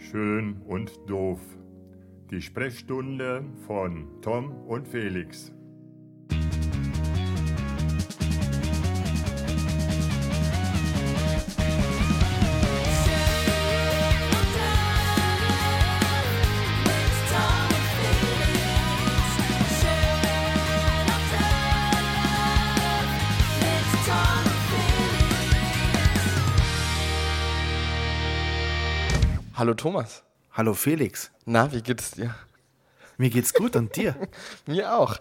Schön und doof. Die Sprechstunde von Tom und Felix. Hallo Thomas. Hallo Felix. Na, wie geht es dir? Mir geht's gut und dir? Mir auch.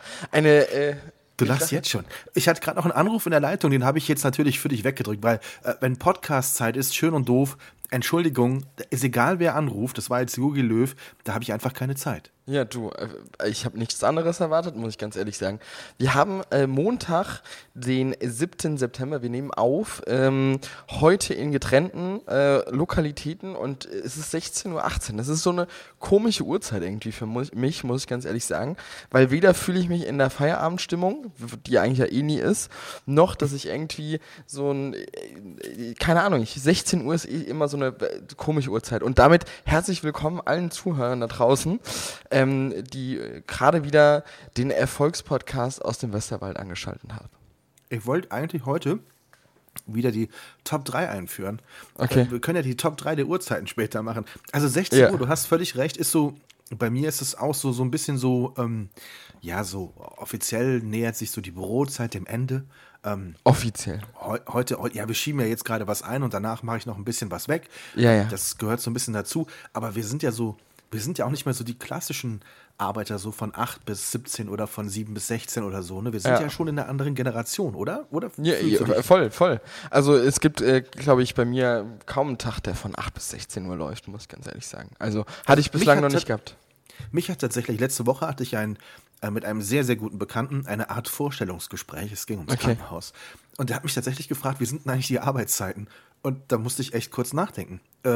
Du lachst jetzt schon. Ich hatte gerade noch einen Anruf in der Leitung, den habe ich jetzt natürlich für dich weggedrückt, weil wenn Podcast-Zeit ist, schön und doof, Entschuldigung, ist egal wer anruft, das war jetzt Jogi Löw, da habe ich einfach keine Zeit. Ja, du, ich habe nichts anderes erwartet, muss ich ganz ehrlich sagen. Wir haben Montag, den 7. September, wir nehmen auf, heute in getrennten Lokalitäten und es ist 16:18 Uhr. Das ist so eine komische Uhrzeit irgendwie für mich, muss ich ganz ehrlich sagen, weil weder fühle ich mich in der Feierabendstimmung, die eigentlich ja eh nie ist, noch, dass ich irgendwie so keine Ahnung, 16 Uhr ist eh immer so eine komische Uhrzeit. Und damit herzlich willkommen allen Zuhörern da draußen, die gerade wieder den Erfolgspodcast aus dem Westerwald angeschaltet haben. Ich wollte eigentlich heute wieder die Top 3 einführen. Okay. Wir können ja die Top 3 der Uhrzeiten später machen. Also 16 Uhr, du hast völlig recht, ist so, bei mir ist es auch so ein bisschen so, so offiziell nähert sich so die Bürozeit dem Ende. Offiziell. Heute, wir schieben ja jetzt gerade was ein und danach mache ich noch ein bisschen was weg. Ja. Das gehört so ein bisschen dazu. Aber wir sind ja auch nicht mehr so die klassischen Arbeiter, so von 8 bis 17 oder von 7 bis 16 oder so. Ne? Wir sind ja schon in einer anderen Generation, oder? Ja, voll. Also es gibt, glaube ich, bei mir kaum einen Tag, der von 8 bis 16 Uhr läuft, muss ich ganz ehrlich sagen. Also hatte ich bislang noch nicht gehabt. Mich hat tatsächlich, letzte Woche hatte ich mit einem sehr, sehr guten Bekannten eine Art Vorstellungsgespräch. Es ging ums Krankenhaus. Und der hat mich tatsächlich gefragt, wie sind denn eigentlich die Arbeitszeiten? Und da musste ich echt kurz nachdenken.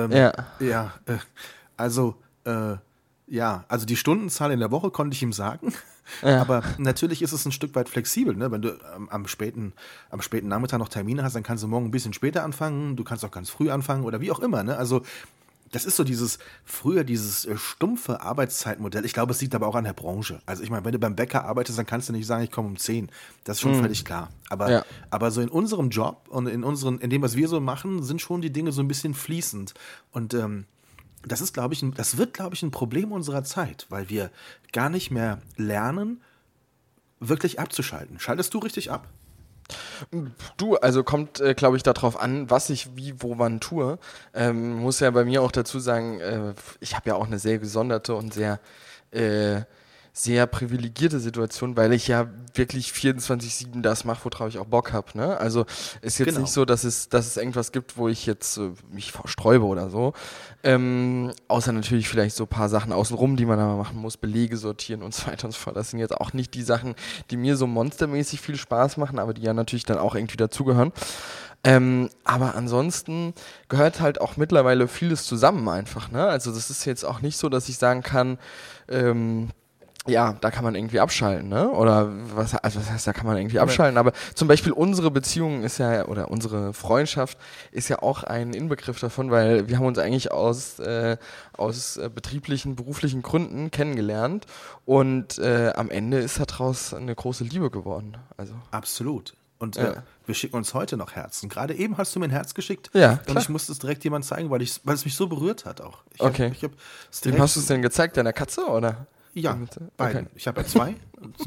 Also die Stundenzahl in der Woche konnte ich ihm sagen, aber natürlich ist es ein Stück weit flexibel, ne? Wenn du am späten Nachmittag noch Termine hast, dann kannst du morgen ein bisschen später anfangen, du kannst auch ganz früh anfangen oder wie auch immer, ne? Also das ist so dieses stumpfe Arbeitszeitmodell. Ich glaube, es liegt aber auch an der Branche. Also ich meine, wenn du beim Bäcker arbeitest, dann kannst du nicht sagen, ich komme um 10. Das ist schon völlig klar. Aber so in unserem Job und in dem, was wir so machen, sind schon die Dinge so ein bisschen fließend. Und das wird, glaube ich, ein Problem unserer Zeit, weil wir gar nicht mehr lernen, wirklich abzuschalten. Schaltest du richtig ab? Du, also kommt, glaube ich, darauf an, was ich wie, wo, wann tue. Muss ja bei mir auch dazu sagen, ich habe ja auch eine sehr gesonderte und sehr privilegierte Situation, weil ich ja wirklich 24/7 das mache, worauf ich auch Bock habe. Ne? Also ist jetzt nicht so, dass es irgendwas gibt, wo ich jetzt mich versträube oder so. Außer natürlich vielleicht so ein paar Sachen außenrum, die man da mal machen muss, Belege sortieren und so weiter und so fort. Das sind jetzt auch nicht die Sachen, die mir so monstermäßig viel Spaß machen, aber die ja natürlich dann auch irgendwie dazugehören. Aber ansonsten gehört halt auch mittlerweile vieles zusammen einfach. Ne? Also das ist jetzt auch nicht so, dass ich sagen kann, da kann man irgendwie abschalten, ne? Oder was heißt, da kann man irgendwie abschalten, aber zum Beispiel unsere Beziehung ist ja, oder unsere Freundschaft ist ja auch ein Inbegriff davon, weil wir haben uns eigentlich aus betrieblichen, beruflichen Gründen kennengelernt und am Ende ist daraus eine große Liebe geworden. Also. Absolut. Und wir schicken uns heute noch Herzen. Gerade eben hast du mir ein Herz geschickt und ich musste es direkt jemand zeigen, weil es mich so berührt hat auch. Wem hast du es denn gezeigt? Deiner Katze, oder? Ja, beiden. Okay. Ich habe ja 2.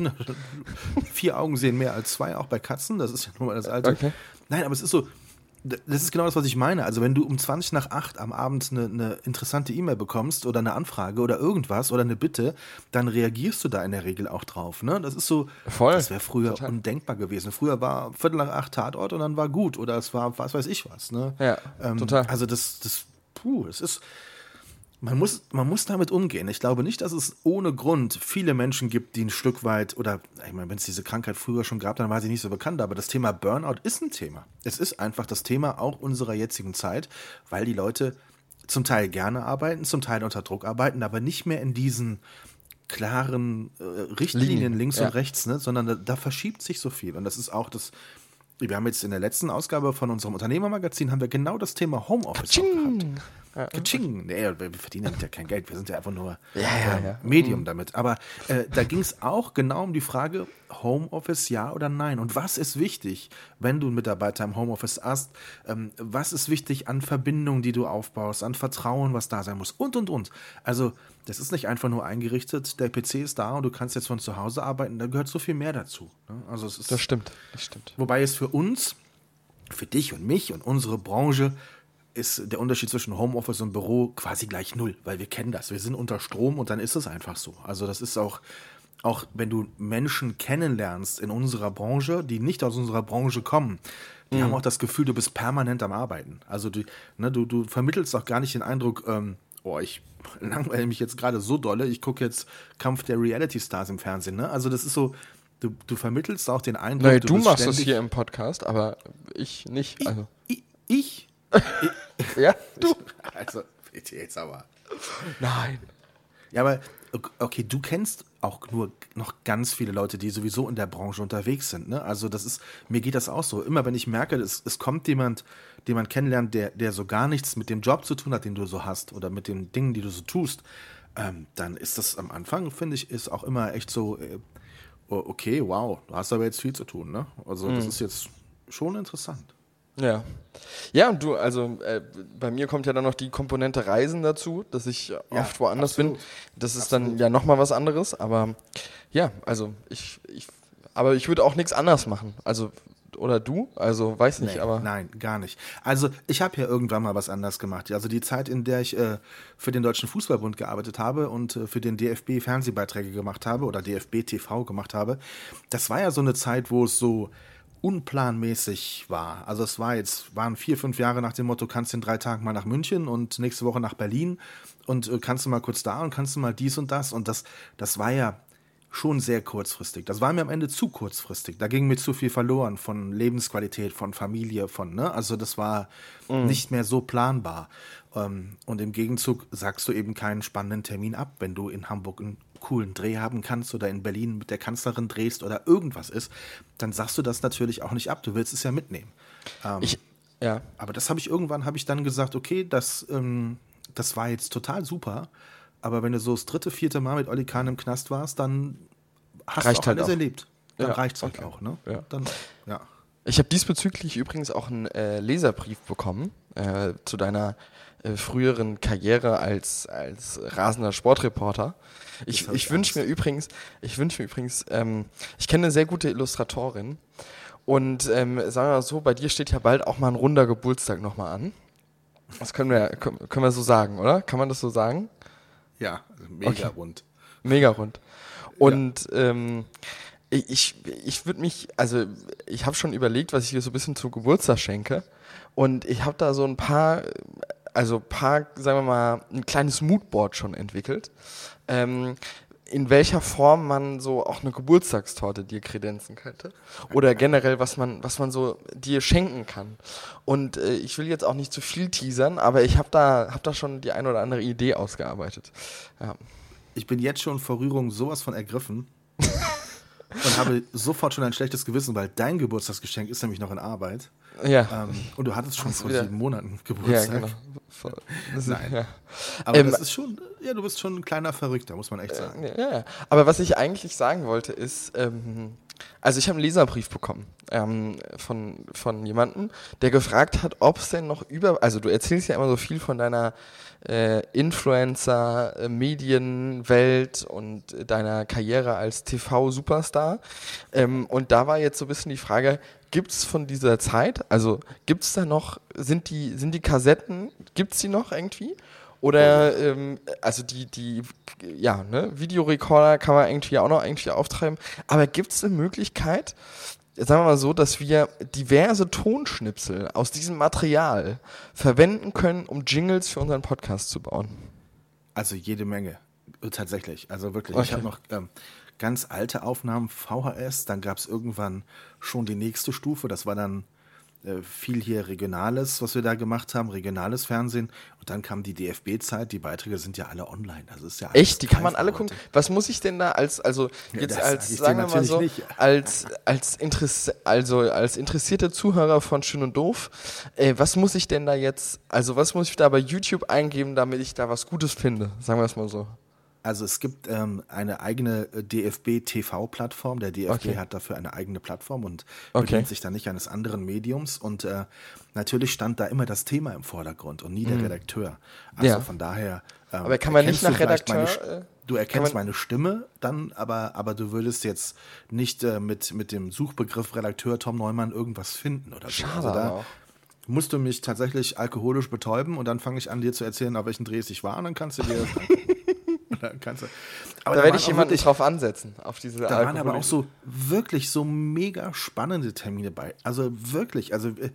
4 Augen sehen mehr als 2, auch bei Katzen. Das ist ja nur mal das Alte. Okay. Nein, aber es ist so, das ist genau das, was ich meine. Also wenn du um 7:20 am Abend eine interessante E-Mail bekommst oder eine Anfrage oder irgendwas oder eine Bitte, dann reagierst du da in der Regel auch drauf. Ne? Das ist so, das wäre früher undenkbar gewesen. Früher war 7:45 Tatort und dann war gut. Oder es war was weiß ich was. Ne? Ja, total. Also es ist... Man muss damit umgehen. Ich glaube nicht, dass es ohne Grund viele Menschen gibt, die ein Stück weit, oder ich meine, wenn es diese Krankheit früher schon gab, dann war sie nicht so bekannt, aber das Thema Burnout ist ein Thema. Es ist einfach das Thema auch unserer jetzigen Zeit, weil die Leute zum Teil gerne arbeiten, zum Teil unter Druck arbeiten, aber nicht mehr in diesen klaren Richtlinien links und rechts, ne, sondern da verschiebt sich so viel. Und das ist auch das. Wir haben jetzt in der letzten Ausgabe von unserem Unternehmermagazin haben wir genau das Thema Homeoffice gehabt. Kaching. Nee, wir verdienen damit ja kein Geld. Wir sind ja einfach nur Ja. Medium damit. Aber da ging es auch genau um die Frage, Homeoffice ja oder nein? Und was ist wichtig, wenn du einen Mitarbeiter im Homeoffice hast? Was ist wichtig an Verbindungen, die du aufbaust, an Vertrauen, was da sein muss und. Also das ist nicht einfach nur eingerichtet, der PC ist da und du kannst jetzt von zu Hause arbeiten. Da gehört so viel mehr dazu. Ne? Also es ist, Das stimmt. wobei es für uns, für dich und mich und unsere Branche ist der Unterschied zwischen Homeoffice und Büro quasi gleich null, weil wir kennen das. Wir sind unter Strom und dann ist es einfach so. Also das ist auch wenn du Menschen kennenlernst in unserer Branche, die nicht aus unserer Branche kommen, die haben auch das Gefühl, du bist permanent am Arbeiten. Also du vermittelst auch gar nicht den Eindruck, ich langweile mich jetzt gerade so dolle, ich gucke jetzt Kampf der Reality Stars im Fernsehen. Ne? Also das ist so, du vermittelst auch den Eindruck, Nein, du machst das hier im Podcast, aber ich nicht. Also. Ich? Ja, du. Also, bitte jetzt aber. Nein. Ja, aber okay, du kennst auch nur noch ganz viele Leute, die sowieso in der Branche unterwegs sind. Ne? Also mir geht das auch so. Immer wenn ich merke, es kommt jemand, den man kennenlernt, der so gar nichts mit dem Job zu tun hat, den du so hast oder mit den Dingen, die du so tust, dann ist das am Anfang, finde ich, ist auch immer echt so, okay, wow, du hast aber jetzt viel zu tun. Ne? Also das ist jetzt schon interessant. Ja. Ja, und du, also bei mir kommt ja dann noch die Komponente Reisen dazu, dass ich oft woanders bin. Das ist dann ja nochmal was anderes, aber ja, also ich würde auch nichts anders machen. Also, oder du? Also, weiß nicht, aber... Nein, gar nicht. Also, ich habe ja irgendwann mal was anders gemacht. Also, die Zeit, in der ich für den Deutschen Fußballbund gearbeitet habe und für den DFB Fernsehbeiträge gemacht habe oder DFB TV gemacht habe, das war ja so eine Zeit, wo es so unplanmäßig war. Also es waren 4-5 Jahre nach dem Motto, kannst in 3 Tagen mal nach München und nächste Woche nach Berlin und kannst du mal kurz da und kannst du mal dies und das. Und das war ja schon sehr kurzfristig. Das war mir am Ende zu kurzfristig. Da ging mir zu viel verloren von Lebensqualität, von Familie, also das war nicht mehr so planbar. Und im Gegenzug sagst du eben keinen spannenden Termin ab, wenn du in Hamburg einen coolen Dreh haben kannst oder in Berlin mit der Kanzlerin drehst oder irgendwas ist, dann sagst du das natürlich auch nicht ab. Du willst es ja mitnehmen. Aber das habe ich dann gesagt, okay, das war jetzt total super, aber wenn du so das 3., 4. Mal mit Olli Kahn im Knast warst, dann hast du auch alles erlebt. Dann reicht es halt auch. Ne? Ja. Dann, ja. Ich habe diesbezüglich übrigens auch einen Leserbrief bekommen zu deiner früheren Karriere als rasender Sportreporter. Ich wünsche mir übrigens, ich kenne eine sehr gute Illustratorin und sagen wir mal so, bei dir steht ja bald auch mal ein runder Geburtstag nochmal an. Das können wir so sagen, oder? Kann man das so sagen? Ja, mega rund. Mega rund. Und ich würde mich, also ich habe schon überlegt, was ich dir so ein bisschen zu Geburtstag schenke. Und ich habe da so ein paar, sagen wir mal, ein kleines Moodboard schon entwickelt. In welcher Form man so auch eine Geburtstagstorte dir kredenzen könnte. Oder generell, was man so dir schenken kann. Und ich will jetzt auch nicht zu viel teasern, aber ich habe da schon die ein oder andere Idee ausgearbeitet. Ja. Ich bin jetzt schon vor Rührung sowas von ergriffen und habe sofort schon ein schlechtes Gewissen, weil dein Geburtstagsgeschenk ist nämlich noch in Arbeit. Ja. Und du hattest schon vor 7 Monaten Geburtstag. Ja, genau. Nein. Ja. Aber das ist schon, du bist schon ein kleiner Verrückter, muss man echt sagen. Ja. Aber was ich eigentlich sagen wollte ist, also ich habe einen Leserbrief bekommen von jemandem, der gefragt hat, ob es denn noch also du erzählst ja immer so viel von deiner Influencer, Medienwelt und deiner Karriere als TV-Superstar. Und da war jetzt so ein bisschen die Frage, gibt es von dieser Zeit, also gibt es da noch, sind die Kassetten, gibt es die noch irgendwie? Oder, also die Videorekorder kann man irgendwie auch noch irgendwie auftreiben. Aber gibt es eine Möglichkeit, sagen wir mal so, dass wir diverse Tonschnipsel aus diesem Material verwenden können, um Jingles für unseren Podcast zu bauen? Also jede Menge, tatsächlich. Also wirklich, Okay. Ich habe noch ganz alte Aufnahmen, VHS, dann gab es irgendwann schon die nächste Stufe, das war dann viel hier Regionales, was wir da gemacht haben, regionales Fernsehen. Und dann kam die DFB-Zeit, die Beiträge sind ja alle online. Also ist ja alles Echt? Die kann man alle greifbar gucken? Was muss ich denn da als das sag ich dir sagen wir mal so, natürlich nicht. als interessierter Zuhörer von Schön und Doof, was muss ich denn da jetzt, also was muss ich da bei YouTube eingeben, damit ich da was Gutes finde? Sagen wir es mal so. Also es gibt eine eigene DFB-TV-Plattform. Der DFB Okay. hat dafür eine eigene Plattform und Okay. bedient sich da nicht eines anderen Mediums. Und natürlich stand da immer das Thema im Vordergrund und nie der Redakteur. Also Ja. von daher Aber kann man nicht erkennst du nach vielleicht Redakteur, du erkennst man- meine Stimme dann, aber du würdest jetzt nicht mit dem Suchbegriff Redakteur Tom Neumann irgendwas finden oder so. Schade Also aber da auch. musst du mich tatsächlich alkoholisch betäuben und dann fange ich an, dir zu erzählen, auf welchen Drehs ich war und dann kannst du dir das angucken. Und dann kannst du, aber Da waren werde ich auch jemanden wirklich- drauf ansetzen, auf diese da waren aber auch Alkohol- so wirklich so mega spannende Termine bei. Also wirklich,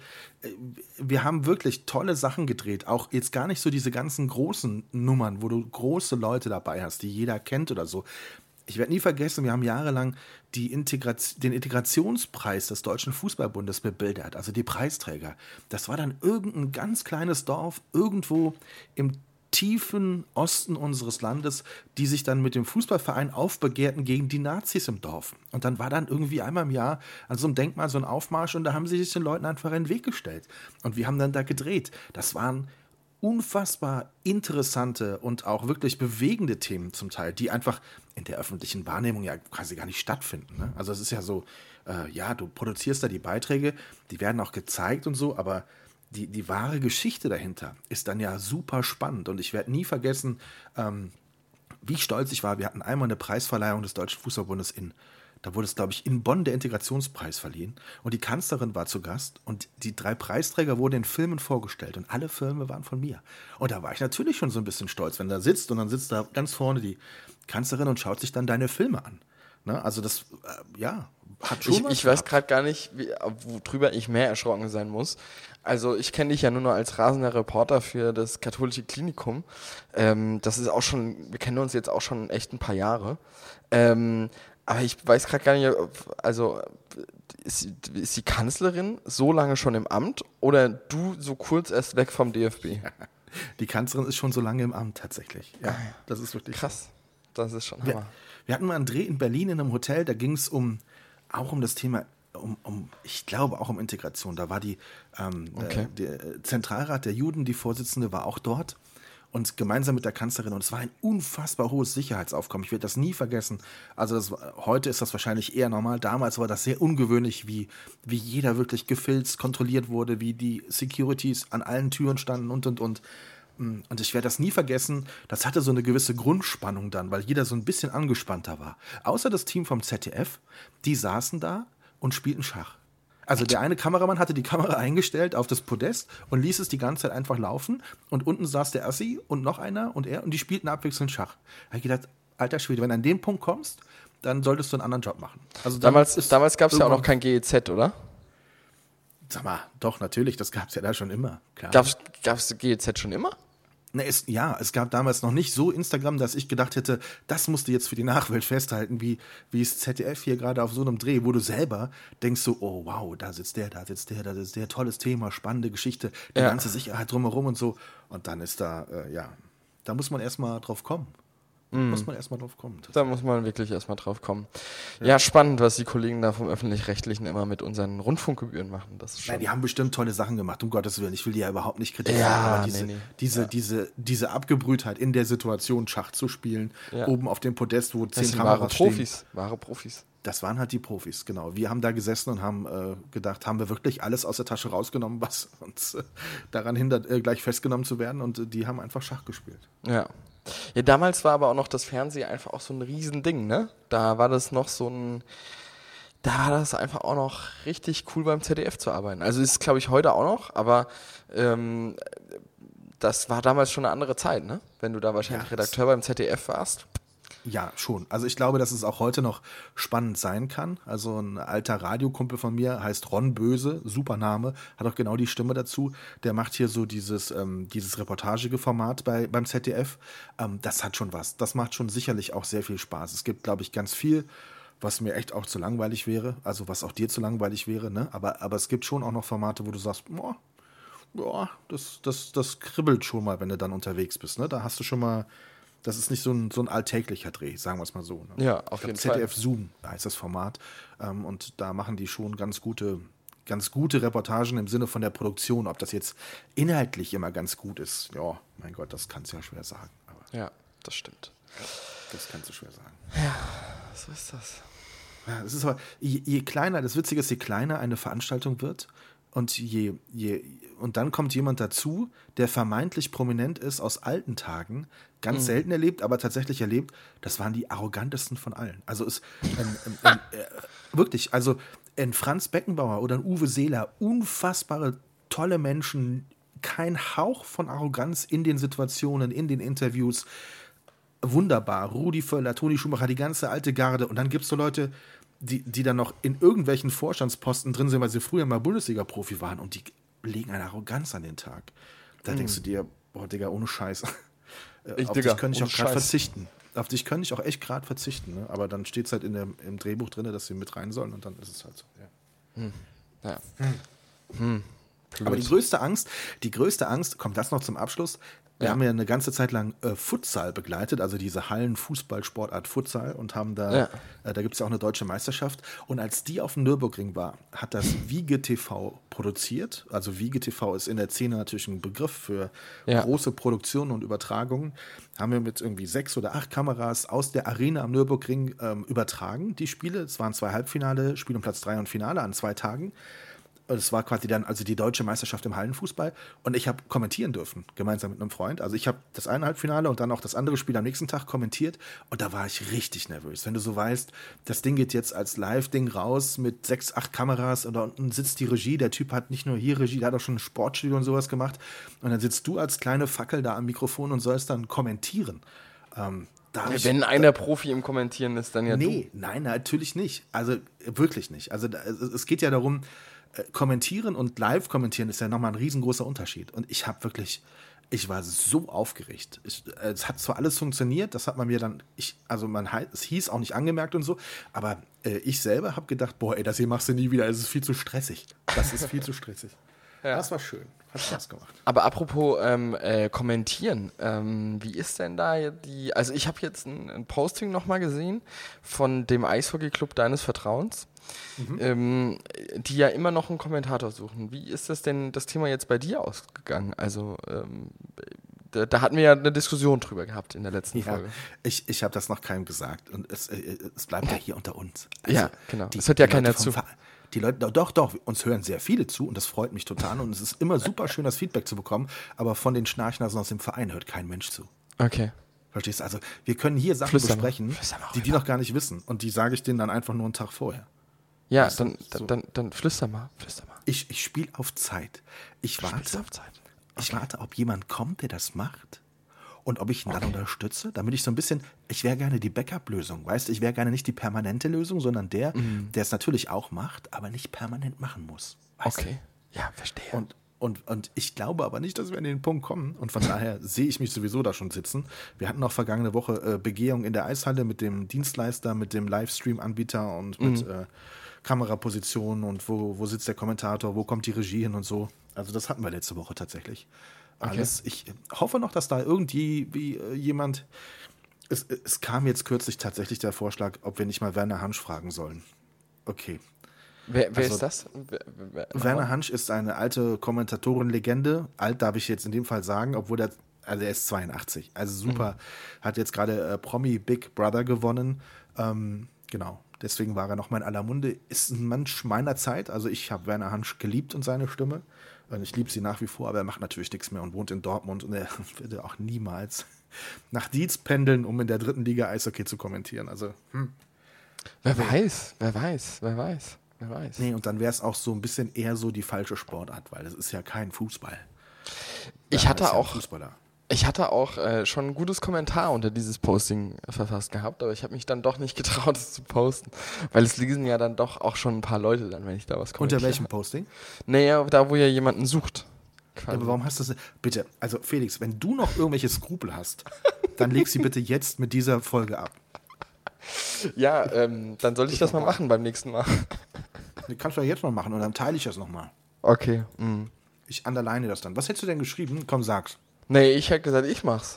wir haben wirklich tolle Sachen gedreht. Auch jetzt gar nicht so diese ganzen großen Nummern, wo du große Leute dabei hast, die jeder kennt oder so. Ich werde nie vergessen, wir haben jahrelang den Integrationspreis des Deutschen Fußballbundes bebildert, also die Preisträger. Das war dann irgendein ganz kleines Dorf irgendwo im tiefen Osten unseres Landes, die sich dann mit dem Fußballverein aufbegehrten gegen die Nazis im Dorf. Und dann war dann irgendwie einmal im Jahr an so einem Denkmal so ein Aufmarsch und da haben sie sich den Leuten einfach in den Weg gestellt. Und wir haben dann da gedreht. Das waren unfassbar interessante und auch wirklich bewegende Themen zum Teil, die einfach in der öffentlichen Wahrnehmung ja quasi gar nicht stattfinden. Ne? Also es ist ja so, du produzierst da die Beiträge, die werden auch gezeigt und so, aber die wahre Geschichte dahinter ist dann ja super spannend. Und ich werde nie vergessen, wie stolz ich war. Wir hatten einmal eine Preisverleihung des Deutschen Fußballbundes da wurde es, glaube ich, in Bonn der Integrationspreis verliehen. Und die Kanzlerin war zu Gast und die 3 Preisträger wurden in Filmen vorgestellt und alle Filme waren von mir. Und da war ich natürlich schon so ein bisschen stolz, wenn du da sitzt und dann sitzt da ganz vorne die Kanzlerin und schaut sich dann deine Filme an. Ne? Also das, hat schon was Ich weiß gehabt. gerade gar nicht, worüber ich mehr erschrocken sein muss. Also ich kenne dich ja nur noch als rasender Reporter für das katholische Klinikum. Das ist auch schon, wir kennen uns jetzt auch schon echt ein paar Jahre. Aber ich weiß gerade gar nicht, also ist die Kanzlerin so lange schon im Amt oder du so kurz erst weg vom DFB? Die Kanzlerin ist schon so lange im Amt tatsächlich. Ja, das ist wirklich Krass, das ist schon Hammer. Wir hatten mal einen Dreh in Berlin in einem Hotel, da ging es auch um das Thema, ich glaube auch um Integration. Da war der Zentralrat der Juden, die Vorsitzende war auch dort und gemeinsam mit der Kanzlerin und es war ein unfassbar hohes Sicherheitsaufkommen. Ich werde das nie vergessen. Also heute ist das wahrscheinlich eher normal. Damals war das sehr ungewöhnlich, wie jeder wirklich gefilzt, kontrolliert wurde, wie die Securities an allen Türen standen und. Und ich werde das nie vergessen, das hatte so eine gewisse Grundspannung dann, weil jeder so ein bisschen angespannter war. Außer das Team vom ZDF, die saßen da und spielten Schach. Also der eine Kameramann hatte die Kamera eingestellt auf das Podest und ließ es die ganze Zeit einfach laufen und unten saß der Assi und noch einer und er und die spielten abwechselnd Schach. Da habe ich gedacht, alter Schwede, wenn du an den Punkt kommst, dann solltest du einen anderen Job machen. Also Damals gab es ja auch noch kein GEZ, oder? Sag mal, doch, natürlich, das gab es ja da schon immer. Klar. Gab's GEZ schon immer? Es gab damals noch nicht so Instagram, dass ich gedacht hätte, das musst du jetzt für die Nachwelt festhalten, wie es ZDF hier gerade auf so einem Dreh, wo du selber denkst so, oh wow, da sitzt der, tolles Thema, spannende Geschichte, die ganze Sicherheit drumherum und so. Und dann ist da muss man erstmal drauf kommen. Da muss man wirklich erstmal drauf kommen. Ja, spannend, was die Kollegen da vom Öffentlich-Rechtlichen immer mit unseren Rundfunkgebühren machen. Das ist schon. Nein, die haben bestimmt tolle Sachen gemacht, um Gottes Willen. Ich will die ja überhaupt nicht kritisieren, Ja, aber diese Abgebrühtheit in der Situation, Schach zu spielen, oben auf dem Podest, wo 10 Kameras stehen. Wahre Profis. Das waren halt die Profis, genau. Wir haben da gesessen und haben gedacht, haben wir wirklich alles aus der Tasche rausgenommen, was uns daran hindert, gleich festgenommen zu werden. Und die haben einfach Schach gespielt. Ja. Ja, damals war aber auch noch das Fernsehen einfach auch so ein Riesending, ne? Da war das noch da war das einfach auch noch richtig cool beim ZDF zu arbeiten. Also ist es, glaube ich, heute auch noch, aber das war damals schon eine andere Zeit, ne? Wenn du da wahrscheinlich Redakteur beim ZDF warst. Ja, schon. Also ich glaube, dass es auch heute noch spannend sein kann. Also ein alter Radiokumpel von mir heißt Ron Böse, super Name, hat auch genau die Stimme dazu. Der macht hier so dieses reportagige Format beim ZDF. Das hat schon was. Das macht schon sicherlich auch sehr viel Spaß. Es gibt, glaube ich, ganz viel was mir echt auch zu langweilig wäre, also was auch dir zu langweilig wäre, ne? Aber es gibt schon auch noch Formate, wo du sagst, boah, das kribbelt schon mal, wenn du dann unterwegs bist, ne? Da hast du schon mal, das ist nicht so ein alltäglicher Dreh, sagen wir es mal so. Ne? Ja, auf jeden Fall. ZDF Zoom heißt das Format, und da machen die schon ganz gute Reportagen im Sinne von der Produktion. Ob das jetzt inhaltlich immer ganz gut ist, ja, mein Gott, das kannst du ja schwer sagen. Aber Ja, das stimmt. das kannst du schwer sagen. Ja, so ist das. Ja, es ist aber, je kleiner, das Witzige ist, je kleiner eine Veranstaltung wird und und dann kommt jemand dazu, der vermeintlich prominent ist aus alten Tagen, ganz selten erlebt, aber tatsächlich erlebt, das waren die arrogantesten von allen. Also wirklich, also ein Franz Beckenbauer oder ein Uwe Seeler, unfassbare, tolle Menschen, kein Hauch von Arroganz in den Situationen, in den Interviews, wunderbar. Rudi Völler, Toni Schumacher, die ganze alte Garde. Und dann gibt es so Leute, die dann noch in irgendwelchen Vorstandsposten drin sind, weil sie früher mal Bundesliga-Profi waren und die legen eine Arroganz an den Tag. Da denkst du dir, boah, Digga, ohne Scheiß. Auf dich könnte ich auch gerade verzichten. Auf dich könnte ich auch echt gerade verzichten. Ne? Aber dann steht es halt im Drehbuch drin, dass sie mit rein sollen und dann ist es halt so. Ja. Aber die größte Angst, kommt das noch zum Abschluss? Wir haben ja eine ganze Zeit lang Futsal begleitet, also diese Hallen-Fußballsportart Futsal und haben da gibt es ja auch eine deutsche Meisterschaft. Und als die auf dem Nürburgring war, hat das Wiege TV produziert. Also Wiege TV ist in der Szene natürlich ein Begriff für große Produktionen und Übertragungen. Haben wir mit irgendwie 6 oder 8 Kameras aus der Arena am Nürburgring übertragen, die Spiele. Es waren 2 Halbfinale, Spiel um Platz 3 und Finale an 2 Tagen. Es war quasi dann also die deutsche Meisterschaft im Hallenfußball und ich habe kommentieren dürfen, gemeinsam mit einem Freund. Also ich habe das eine Halbfinale und dann auch das andere Spiel am nächsten Tag kommentiert und da war ich richtig nervös. Wenn du so weißt, das Ding geht jetzt als Live-Ding raus mit 6, 8 Kameras und da unten sitzt die Regie, der Typ hat nicht nur hier Regie, der hat auch schon ein Sportstudio und sowas gemacht und dann sitzt du als kleine Fackel da am Mikrofon und sollst dann kommentieren. Wenn einer Profi im Kommentieren ist, dann ja du. Nein, natürlich nicht. Also wirklich nicht. Also es geht ja darum, kommentieren und live kommentieren ist ja nochmal ein riesengroßer Unterschied. Und ich war so aufgeregt. Es hat zwar alles funktioniert, das hat man mir dann, es hieß auch nicht angemerkt und so, aber ich selber habe gedacht, boah, ey, das hier machst du nie wieder, es ist viel zu stressig. Das ist viel zu stressig. Ja. Das war schön, hat Spaß gemacht. Aber apropos kommentieren, wie ist denn da also ich habe jetzt ein Posting nochmal gesehen von dem Eishockey-Club deines Vertrauens, die ja immer noch einen Kommentator suchen. Wie ist das denn das Thema jetzt bei dir ausgegangen? Also da hatten wir ja eine Diskussion drüber gehabt in der letzten Folge. Ich habe das noch keinem gesagt und es bleibt ja hier unter uns. Also ja, genau. Es hört ja keiner zu. Die Leute, doch, uns hören sehr viele zu und das freut mich total und es ist immer super schön, das Feedback zu bekommen, aber von den Schnarchnasen aus dem Verein hört kein Mensch zu. Okay. Verstehst du? Also wir können hier Sachen besprechen, die noch gar nicht wissen und die sage ich denen dann einfach nur einen Tag vorher. Ja, dann flüster mal. Ich spiele auf Zeit. Ich warte, ob jemand kommt, der das macht und ob ich ihn dann unterstütze, damit ich so ein bisschen, ich wäre gerne die Backup-Lösung, weißt du, ich wäre gerne nicht die permanente Lösung, sondern der es natürlich auch macht, aber nicht permanent machen muss. Okay, ja, verstehe. Und ich glaube aber nicht, dass wir an den Punkt kommen und von daher sehe ich mich sowieso da schon sitzen. Wir hatten auch vergangene Woche Begehung in der Eishalle mit dem Dienstleister, mit dem Livestream-Anbieter und mit Kamerapositionen und wo sitzt der Kommentator, wo kommt die Regie hin und so. Also das hatten wir letzte Woche tatsächlich. Alles. Okay. Ich hoffe noch, dass da jemand. Es kam jetzt kürzlich tatsächlich der Vorschlag, ob wir nicht mal Werner Hansch fragen sollen. Okay. Wer ist das? Werner Hansch ist eine alte Kommentatorenlegende. Alt darf ich jetzt in dem Fall sagen, obwohl er ist 82. Also super. Hat jetzt gerade Promi Big Brother gewonnen. Genau. Deswegen war er noch mal in aller Munde. Ist ein Mensch meiner Zeit. Also ich habe Werner Hansch geliebt und seine Stimme. Und ich liebe sie nach wie vor, aber er macht natürlich nichts mehr und wohnt in Dortmund und er würde auch niemals nach Dietz pendeln, um in der 3. Liga Eishockey zu kommentieren. Also, Wer weiß. Nee, und dann wäre es auch so ein bisschen eher so die falsche Sportart, weil es ist ja kein Fußball. Ich hatte auch schon ein gutes Kommentar unter dieses Posting verfasst gehabt, aber ich habe mich dann doch nicht getraut, es zu posten, weil es lesen ja dann doch auch schon ein paar Leute dann, wenn ich da was kommentiere. Unter welchem Posting? Naja, da wo ihr jemanden sucht. Ja, aber warum hast du das? Bitte, also Felix, wenn du noch irgendwelche Skrupel hast, dann leg sie bitte jetzt mit dieser Folge ab. Ja, dann sollte ich das mal machen beim nächsten Mal. Das kannst du ja jetzt mal machen und dann teile ich das nochmal. Okay. Ich underline das dann. Was hättest du denn geschrieben? Komm, sag's. Nee, ich hätte gesagt, ich mach's.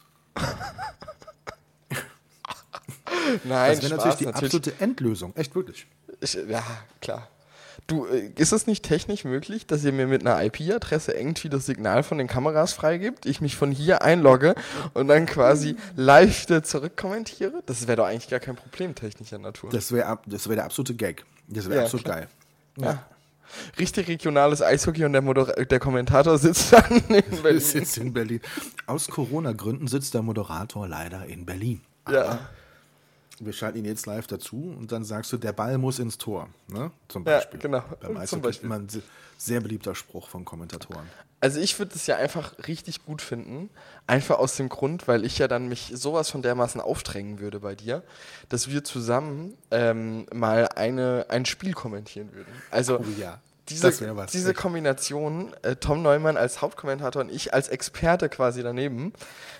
Nein, Das wäre natürlich die absolute Endlösung. Echt, wirklich. Ja, klar. Du, ist es nicht technisch möglich, dass ihr mir mit einer IP-Adresse irgendwie das Signal von den Kameras freigibt, ich mich von hier einlogge und dann quasi live wieder zurückkommentiere? Das wäre doch eigentlich gar kein Problem technischer Natur. Das wäre der absolute Gag. Das wäre absolut geil. Ja. Richtig regionales Eishockey und der Kommentator sitzt dann in Berlin. Sitzt in Berlin. Aus Corona-Gründen sitzt der Moderator leider in Berlin. Ja. Wir schalten ihn jetzt live dazu und dann sagst du, der Ball muss ins Tor. Ne? Zum Beispiel. Ja, genau. Beim Eishockey ist immer ein sehr beliebter Spruch von Kommentatoren. Also ich würde es ja einfach richtig gut finden, einfach aus dem Grund, weil ich ja dann mich sowas von dermaßen aufdrängen würde bei dir, dass wir zusammen mal ein Spiel kommentieren würden. Also diese Kombination, Tom Neumann als Hauptkommentator und ich als Experte quasi daneben,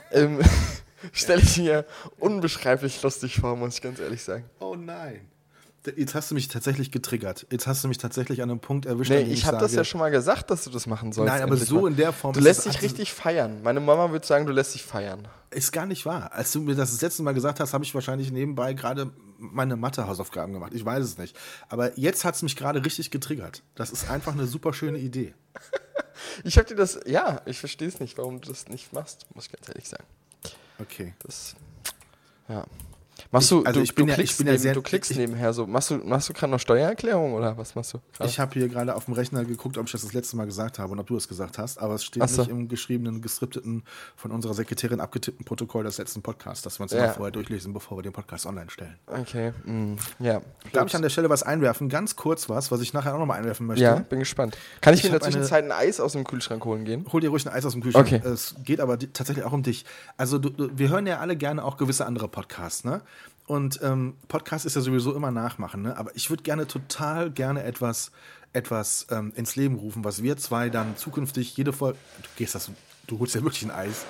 stelle ich mir unbeschreiblich lustig vor, muss ich ganz ehrlich sagen. Oh nein. Jetzt hast du mich tatsächlich getriggert. Jetzt hast du mich tatsächlich an einem Punkt erwischt. Nee, ich habe das ja schon mal gesagt, dass du das machen sollst. Nein, aber so in der Form. Du lässt dich richtig feiern. Meine Mama würde sagen, du lässt dich feiern. Ist gar nicht wahr. Als du mir das letzte Mal gesagt hast, habe ich wahrscheinlich nebenbei gerade meine Mathe-Hausaufgaben gemacht. Ich weiß es nicht. Aber jetzt hat es mich gerade richtig getriggert. Das ist einfach eine super schöne Idee. Ich habe dir das, ja, ich verstehe es nicht, warum du das nicht machst, muss ich ganz ehrlich sagen. Okay. Ja. Machst du, du klickst nebenher so. Machst du gerade noch Steuererklärung oder was machst du grad? Ich habe hier gerade auf dem Rechner geguckt, ob ich das letzte Mal gesagt habe und ob du es gesagt hast, aber es steht nicht im geschriebenen, geskripteten, von unserer Sekretärin abgetippten Protokoll des letzten Podcasts, dass wir uns immer vorher durchlesen, bevor wir den Podcast online stellen. Okay, ja. Darf ich an der Stelle was einwerfen? Ganz kurz was ich nachher auch nochmal einwerfen möchte. Ja, bin gespannt. Kann ich mir in der Zwischenzeit ein Eis aus dem Kühlschrank holen gehen? Hol dir ruhig ein Eis aus dem Kühlschrank. Okay. Es geht aber tatsächlich auch um dich. Also wir hören ja alle gerne auch gewisse andere Podcasts, ne? Und Podcast ist ja sowieso immer nachmachen, ne? Aber ich würde total gerne etwas ins Leben rufen, was wir zwei dann zukünftig jede Folge. Du holst ja wirklich ein Eis.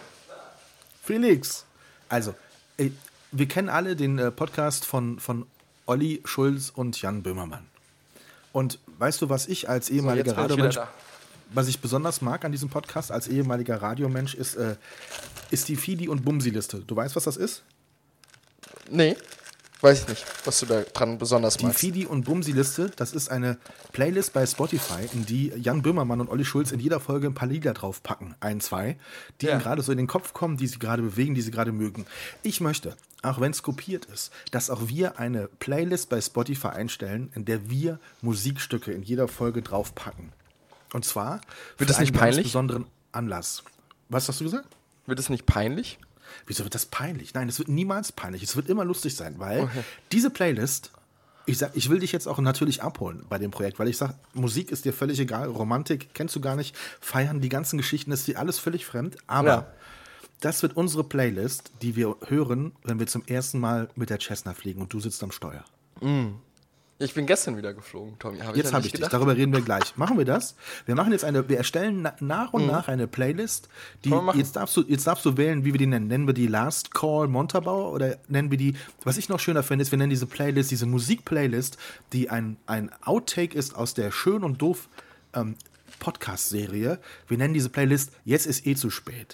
Felix! Also, wir kennen alle den Podcast von Olli Schulz und Jan Böhmermann. Und weißt du, was ich als ehemaliger Radiomensch, was ich besonders mag an diesem Podcast als ehemaliger Radiomensch, ist die Fidi- und Bumsi-Liste. Du weißt, was das ist? Nee, weiß ich nicht, was du da dran besonders magst. Die Fidi- und Bumsi-Liste, das ist eine Playlist bei Spotify, in die Jan Böhmermann und Olli Schulz in jeder Folge ein paar Lieder draufpacken, 1, 2, die ihnen gerade so in den Kopf kommen, die sie gerade bewegen, die sie gerade mögen. Ich möchte, auch wenn es kopiert ist, dass auch wir eine Playlist bei Spotify einstellen, in der wir Musikstücke in jeder Folge draufpacken. Und zwar wird das nicht peinlich? Ganz besonderen Anlass. Was hast du gesagt? Wird es nicht peinlich? Wieso wird das peinlich? Nein, es wird niemals peinlich. Es wird immer lustig sein, weil diese Playlist, ich will dich jetzt auch natürlich abholen bei dem Projekt, weil ich sage, Musik ist dir völlig egal, Romantik kennst du gar nicht, feiern, die ganzen Geschichten, ist dir alles völlig fremd, aber das wird unsere Playlist, die wir hören, wenn wir zum ersten Mal mit der Cessna fliegen und du sitzt am Steuer. Ich bin gestern wieder geflogen, Tommy. Jetzt habe ich dich. Darüber reden wir gleich. Machen wir das? Wir erstellen nach und nach eine Playlist. Jetzt darfst du wählen, wie wir die nennen. Nennen wir die Last Call Montabaur oder nennen wir die, was ich noch schöner finde, ist, wir nennen diese Playlist, diese Musik-Playlist, die ein Outtake ist aus der Schön und Doof Podcast-Serie. Wir nennen diese Playlist Jetzt ist eh zu spät.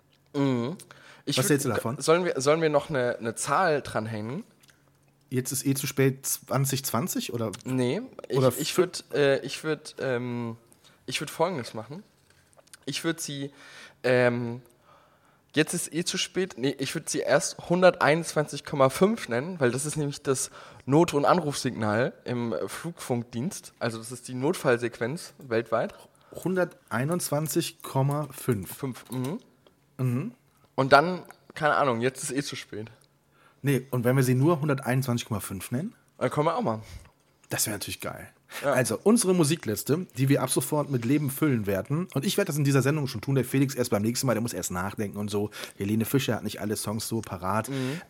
Was hältst du davon? Sollen wir noch eine Zahl dranhängen? Jetzt ist eh zu spät 2020 oder? Nee, ich würde Folgendes machen. Ich würde sie jetzt ist eh zu spät. Nee, ich würde sie erst 121,5 nennen, weil das ist nämlich das Not- und Anrufsignal im Flugfunkdienst. Also das ist die Notfallsequenz weltweit. 121,5. Und dann, keine Ahnung, jetzt ist eh zu spät. Nee, und wenn wir sie nur 121,5 nennen? Dann können wir auch machen. Das wäre natürlich geil. Ja. Also, unsere Musikliste, die wir ab sofort mit Leben füllen werden. Und ich werde das in dieser Sendung schon tun. Der Felix erst beim nächsten Mal, der muss erst nachdenken und so. Helene Fischer hat nicht alle Songs so parat.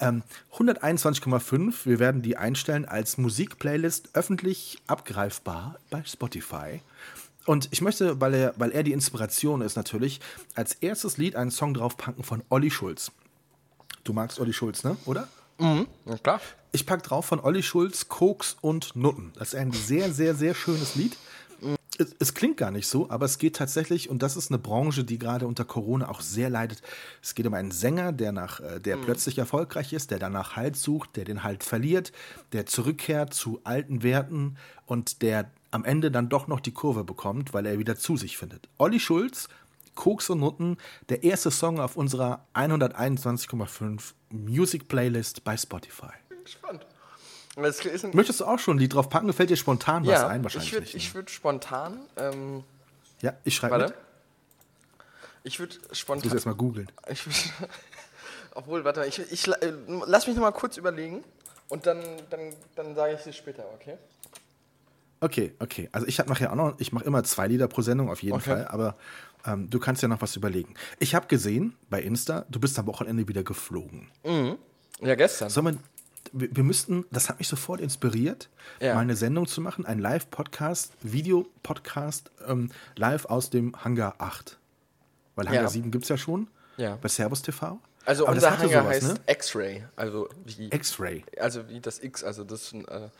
121,5, wir werden die einstellen als Musikplaylist öffentlich abgreifbar bei Spotify. Und ich möchte, weil er die Inspiration ist natürlich, als erstes Lied einen Song draufpacken von Olli Schulz. Du magst Olli Schulz, ne? Oder? Ja, klar. Ich pack drauf von Olli Schulz, Koks und Nutten. Das ist ein sehr, sehr, sehr schönes Lied. Es klingt gar nicht so, aber es geht tatsächlich, und das ist eine Branche, die gerade unter Corona auch sehr leidet. Es geht um einen Sänger, der plötzlich erfolgreich ist, der danach Halt sucht, der den Halt verliert, der zurückkehrt zu alten Werten und der am Ende dann doch noch die Kurve bekommt, weil er wieder zu sich findet. Olli Schulz, Koks und Nutten, der erste Song auf unserer 121,5 Music Playlist bei Spotify. Spannend. Möchtest du auch schon ein Lied drauf packen? Fällt dir spontan was ein? Wahrscheinlich nicht. Ich würde spontan. Ja, ich schreibe mit. Ich würde spontan. Ich muss erst mal googeln. Obwohl, warte mal, lass mich noch mal kurz überlegen und dann sage ich es später, okay? Okay. Also ich habe nachher auch noch, ich mache immer 2 Lieder pro Sendung auf jeden Fall, aber du kannst ja noch was überlegen. Ich habe gesehen bei Insta, du bist am Wochenende wieder geflogen. Mhm. Ja, gestern. Wir müssten, das hat mich sofort inspiriert, mal eine Sendung zu machen, ein Live-Podcast, Videopodcast, live aus dem Hangar 8. Weil Hangar 7 gibt es ja schon, bei Servus TV. Also aber unser Hangar heißt X-Ray, also wie X-Ray. Also wie das X, also das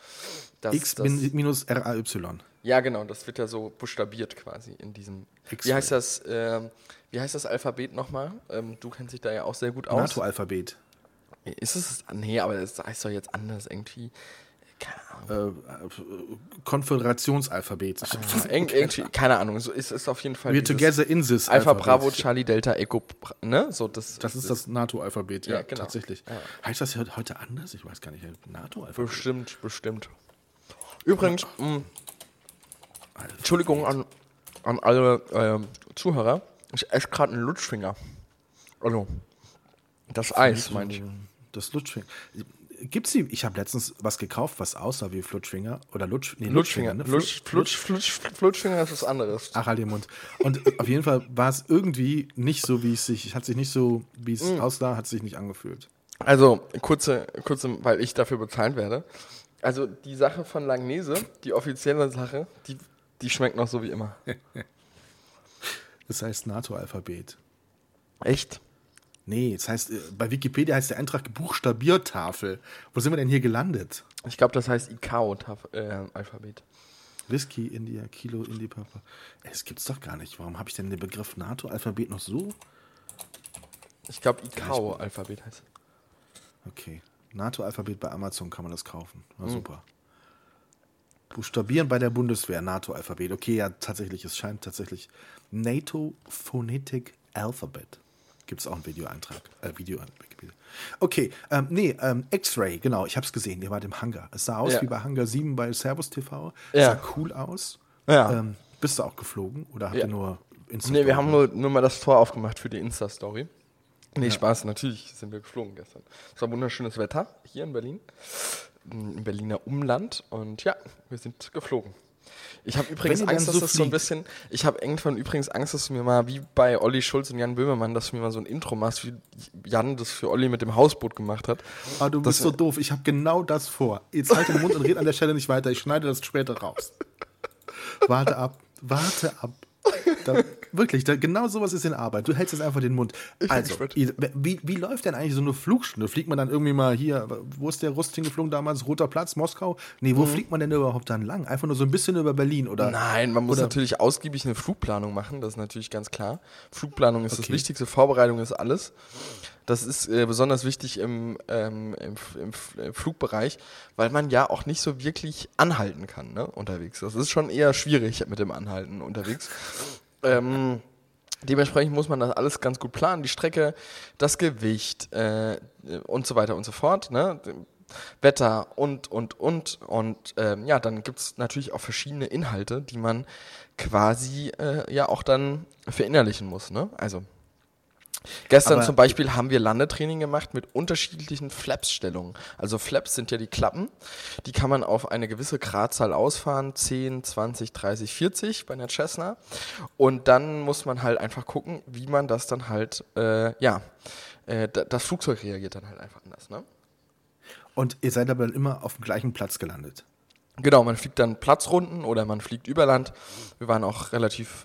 X minus RAY. Ja, genau, das wird ja so buchstabiert quasi in diesem. Wie heißt das Alphabet nochmal? Du kennst dich da ja auch sehr gut aus. NATO-Alphabet. Ist es? Nee, aber das heißt doch jetzt anders irgendwie. Keine Ahnung. Konföderationsalphabet. Irgendwie, keine Ahnung, so ist auf jeden Fall. We're together in this Alpha, Alphabet. Bravo, Charlie, Delta, Echo, ne? So, das ist das NATO-Alphabet, ja, genau. Tatsächlich. Ja. Heißt das heute anders? Ich weiß gar nicht. NATO-Alphabet? Bestimmt. Übrigens, Entschuldigung an alle Zuhörer, ich esse gerade einen Lutschfinger. Also, das Eis, meine ich. Das Lutschfinger. Gibt's die? Ich habe letztens was gekauft, was aussah wie Flutschfinger. Oder Lutschfinger. Ne? Flutschfinger ist was anderes. Ach, halt den Mund. Und auf jeden Fall war es irgendwie nicht so, wie es aussah, hat sich nicht angefühlt. Also, kurze, weil ich dafür bezahlt werde. Also, die Sache von Langnese, die offizielle Sache, die schmeckt noch so wie immer. Das heißt NATO-Alphabet. Echt? Nee, das heißt, bei Wikipedia heißt der Eintrag Buchstabiertafel. Wo sind wir denn hier gelandet? Ich glaube, das heißt ICAO-Alphabet. Whisky, India, Kilo, Indie, Papa. Das gibt's doch gar nicht. Warum habe ich denn den Begriff NATO-Alphabet noch so? Ich glaube, ICAO-Alphabet heißt es. Okay. NATO-Alphabet bei Amazon kann man das kaufen. Na super. Buchstabieren bei der Bundeswehr, NATO-Alphabet. Okay, ja, tatsächlich, es scheint tatsächlich NATO Phonetic Alphabet. Gibt es auch einen Videoeintrag. Video an Wikipedia. Okay, X-Ray, genau, ich habe es gesehen, ihr wart im Hangar. Es sah aus wie bei Hangar 7 bei Servus TV. Ja. Sah cool aus. Ja. Bist du auch geflogen oder habt ihr nur Insta-Story? Nee, wir haben nur mal das Tor aufgemacht für die Insta-Story. Nee, Spaß, natürlich sind wir geflogen gestern. Es war wunderschönes Wetter hier in Berlin, im Berliner Umland und ja, wir sind geflogen. Ich habe übrigens Angst, dass das so ein bisschen, dass du mir mal wie bei Olli Schulz und Jan Böhmermann, dass du mir mal so ein Intro machst, wie Jan das für Olli mit dem Hausboot gemacht hat. Ah, du bist so doof, ich habe genau das vor. Jetzt halt den Mund und red an der Stelle nicht weiter, ich schneide das später raus. Warte ab. Genau sowas ist in Arbeit. Du hältst jetzt einfach den Mund. Also, wie läuft denn eigentlich so eine Flugstunde? Fliegt man dann irgendwie mal hier, wo ist der Rust hingeflogen damals? Roter Platz, Moskau? Nee, wo fliegt man denn überhaupt dann lang? Einfach nur so ein bisschen über Berlin, oder? Nein, man muss natürlich ausgiebig eine Flugplanung machen, das ist natürlich ganz klar. Flugplanung ist das Wichtigste, Vorbereitung ist alles. Das ist besonders wichtig im Flugbereich, weil man ja auch nicht so wirklich anhalten kann, ne, unterwegs. Das ist schon eher schwierig mit dem Anhalten unterwegs. Dementsprechend muss man das alles ganz gut planen, die Strecke, das Gewicht und so weiter und so fort, ne? Wetter und dann gibt es natürlich auch verschiedene Inhalte, die man quasi auch dann verinnerlichen muss, ne? Also gestern zum Beispiel haben wir Landetraining gemacht mit unterschiedlichen Flaps-Stellungen. Also Flaps sind ja die Klappen, die kann man auf eine gewisse Gradzahl ausfahren, 10, 20, 30, 40 bei einer Cessna. Und dann muss man halt einfach gucken, wie man das dann halt, das Flugzeug reagiert dann halt einfach anders, ne? Und ihr seid aber immer auf dem gleichen Platz gelandet? Genau, man fliegt dann Platzrunden oder man fliegt über Land. Wir waren auch relativ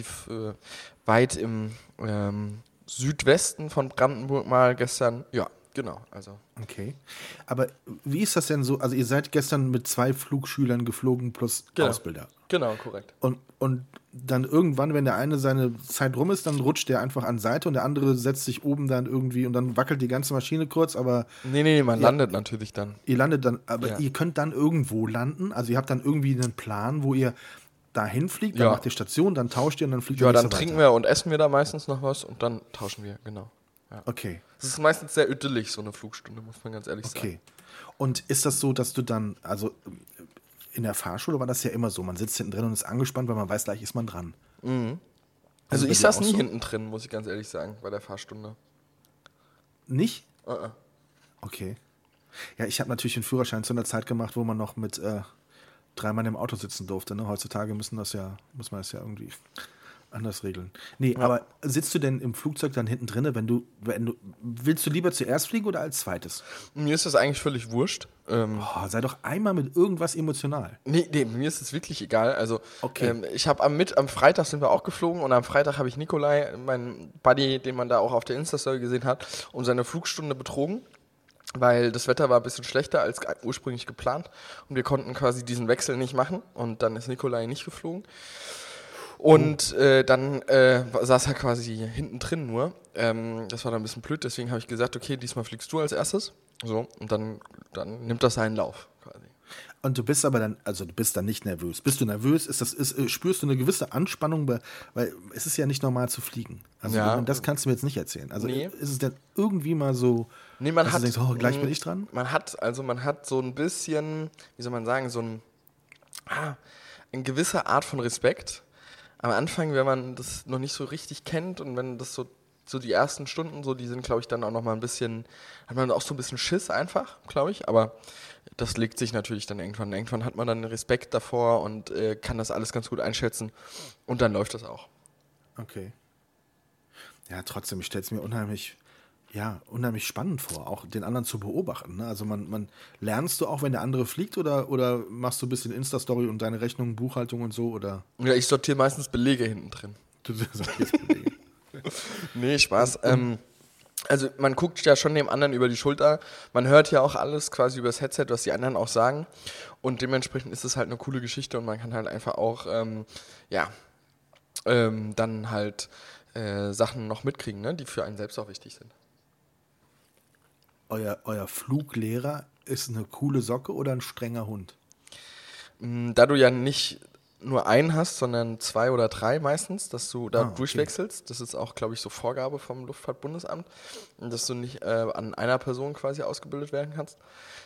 weit im Südwesten von Brandenburg mal gestern. Ja, Genau, also. Okay. Aber wie ist das denn so? Also ihr seid gestern mit 2 Flugschülern geflogen plus Genau. Ausbilder. Genau, korrekt. Und dann irgendwann, wenn der eine seine Zeit rum ist, dann rutscht der einfach an Seite und der andere setzt sich oben dann irgendwie und dann wackelt die ganze Maschine kurz, aber Nee, man landet natürlich dann. ihr landet dann, aber ihr könnt dann irgendwo landen, also ihr habt dann irgendwie einen Plan, wo ihr dahin fliegt, dann macht ihr Station, dann tauscht ihr und dann fliegt ihr Ja, dann weiter. trinken wir und essen wir da meistens noch was und dann tauschen wir, genau. Ja. Okay. Das ist meistens sehr idyllisch, so eine Flugstunde, muss man ganz ehrlich sagen. Okay. Und ist das so, dass du dann, also in der Fahrschule war das ja immer so, man sitzt hinten drin und ist angespannt, weil man weiß, gleich ist man dran. Also bei ich dir saß auch nie so? hinten drin, muss ich ganz ehrlich sagen, bei der Fahrstunde. Nicht? Uh-uh. Okay. Ja, ich habe natürlich den Führerschein zu einer Zeit gemacht, wo man noch mit 3 Mann im Auto sitzen durfte. Ne? Heutzutage muss man das ja irgendwie anders regeln. Nee, aber sitzt du denn im Flugzeug dann hinten drinne, wenn du, willst du lieber zuerst fliegen oder als zweites? Mir ist das eigentlich völlig wurscht. Sei doch einmal mit irgendwas emotional. Nee, mir ist es wirklich egal. Also, Okay. ich habe am Freitag sind wir auch geflogen und am Freitag habe ich Nikolai, meinen Buddy, den man da auch auf der Insta-Story gesehen hat, um seine Flugstunde betrogen, weil das Wetter war ein bisschen schlechter als ursprünglich geplant und wir konnten quasi diesen Wechsel nicht machen und dann ist Nikolai nicht geflogen. Und dann saß er quasi hinten drin nur. Das war dann ein bisschen blöd, deswegen habe ich gesagt, okay, diesmal fliegst du als erstes. So, und dann nimmt das seinen Lauf quasi. Und du bist aber dann, also du bist dann nicht nervös. Bist du nervös? Spürst du eine gewisse Anspannung, weil es ist ja nicht normal zu fliegen. Also das kannst du mir jetzt nicht erzählen. Also Nee. ist es denn irgendwie mal so, Nee, man dass hat, du denkst, oh, gleich bin ich dran? Man hat so ein bisschen, wie soll man sagen, eine gewisse Art von Respekt. Am Anfang, wenn man das noch nicht so richtig kennt und wenn das so die ersten Stunden so, die sind, glaube ich, dann auch noch mal ein bisschen, hat man auch so ein bisschen Schiss einfach, glaube ich, aber das legt sich natürlich dann irgendwann. Irgendwann hat man dann Respekt davor und kann das alles ganz gut einschätzen und dann läuft das auch. Okay. Ja, trotzdem, ich stelle es mir unheimlich spannend vor, auch den anderen zu beobachten. Ne? Also man lernst du auch, wenn der andere fliegt oder machst du ein bisschen Insta-Story und deine Rechnung, Buchhaltung und so? Oder? Ja, ich sortiere meistens Belege hinten drin. Du sortierst Belege. Nee, Spaß. Also man guckt ja schon dem anderen über die Schulter. Man hört ja auch alles quasi über das Headset, was die anderen auch sagen. Und dementsprechend ist es halt eine coole Geschichte und man kann halt einfach auch dann halt Sachen noch mitkriegen, ne, die für einen selbst auch wichtig sind. Euer Fluglehrer ist eine coole Socke oder ein strenger Hund? Da du ja nicht nur einen hast, sondern 2 oder 3 meistens, dass du da okay. durchwechselst. Das ist auch, glaube ich, so Vorgabe vom Luftfahrtbundesamt, dass du nicht an einer Person quasi ausgebildet werden kannst.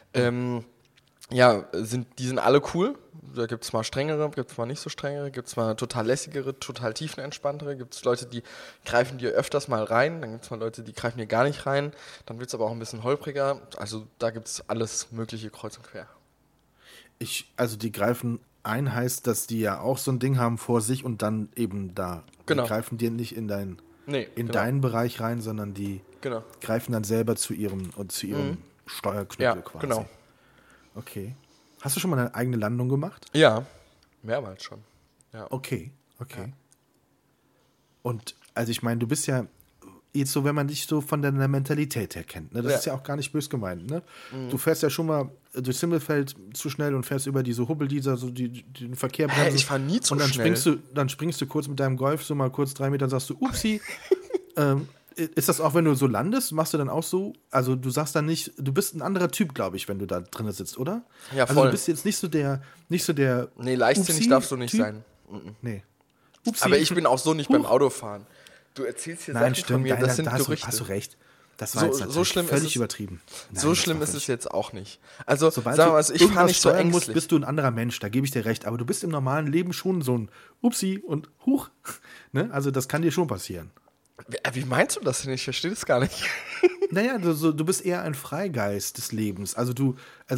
Die sind alle cool. Da gibt es mal strengere, gibt es mal nicht so strengere, gibt es mal total lässigere, total tiefenentspanntere, gibt es Leute, die greifen dir öfters mal rein, dann gibt es mal Leute, die greifen dir gar nicht rein, dann wird es aber auch ein bisschen holpriger. Also da gibt es alles mögliche kreuz und quer. Also die greifen ein, heißt, dass die ja auch so ein Ding haben vor sich und dann eben da. Genau. Die greifen dir nicht in deinen Bereich rein, sondern die greifen dann selber zu ihrem Steuerknüppel quasi. Genau. Okay. Hast du schon mal eine eigene Landung gemacht? Ja, mehrmals schon. Ja. Okay. Ja. Und also ich meine, du bist ja jetzt so, wenn man dich so von deiner Mentalität her kennt, ne? Das ist ja auch gar nicht böse gemeint, ne? Du fährst ja schon mal durch Simmelfeld zu schnell und fährst über diese Hubbel, so den Verkehr bremsen. Ich fahre nie zu und dann schnell. Dann springst du kurz mit deinem Golf so mal kurz 3 Meter und sagst du, upsi. Ist das auch, wenn du so landest, machst du dann auch so, also du sagst dann nicht, du bist ein anderer Typ, glaube ich, wenn du da drin sitzt, oder? Ja, voll. Also du bist jetzt nicht so der Nee, leichtsinnig darfst du nicht Typ. sein. Nee. Upsi. Aber ich bin auch so nicht beim Autofahren. Du erzählst hier Sachen von mir, das sind Gerüchte. Hast du recht. Das war so schlimm völlig übertrieben. So schlimm ist es jetzt auch nicht. Also, Sobald sagen wir mal, du ich fahre nicht so steuern musst, ängstlich. bist du ein anderer Mensch, da gebe ich dir recht. Aber du bist im normalen Leben schon so ein Upsi und Huch. Ne? Also das kann dir schon passieren. Wie meinst du das denn? Ich verstehe das gar nicht. Naja, du bist eher ein Freigeist des Lebens. Also du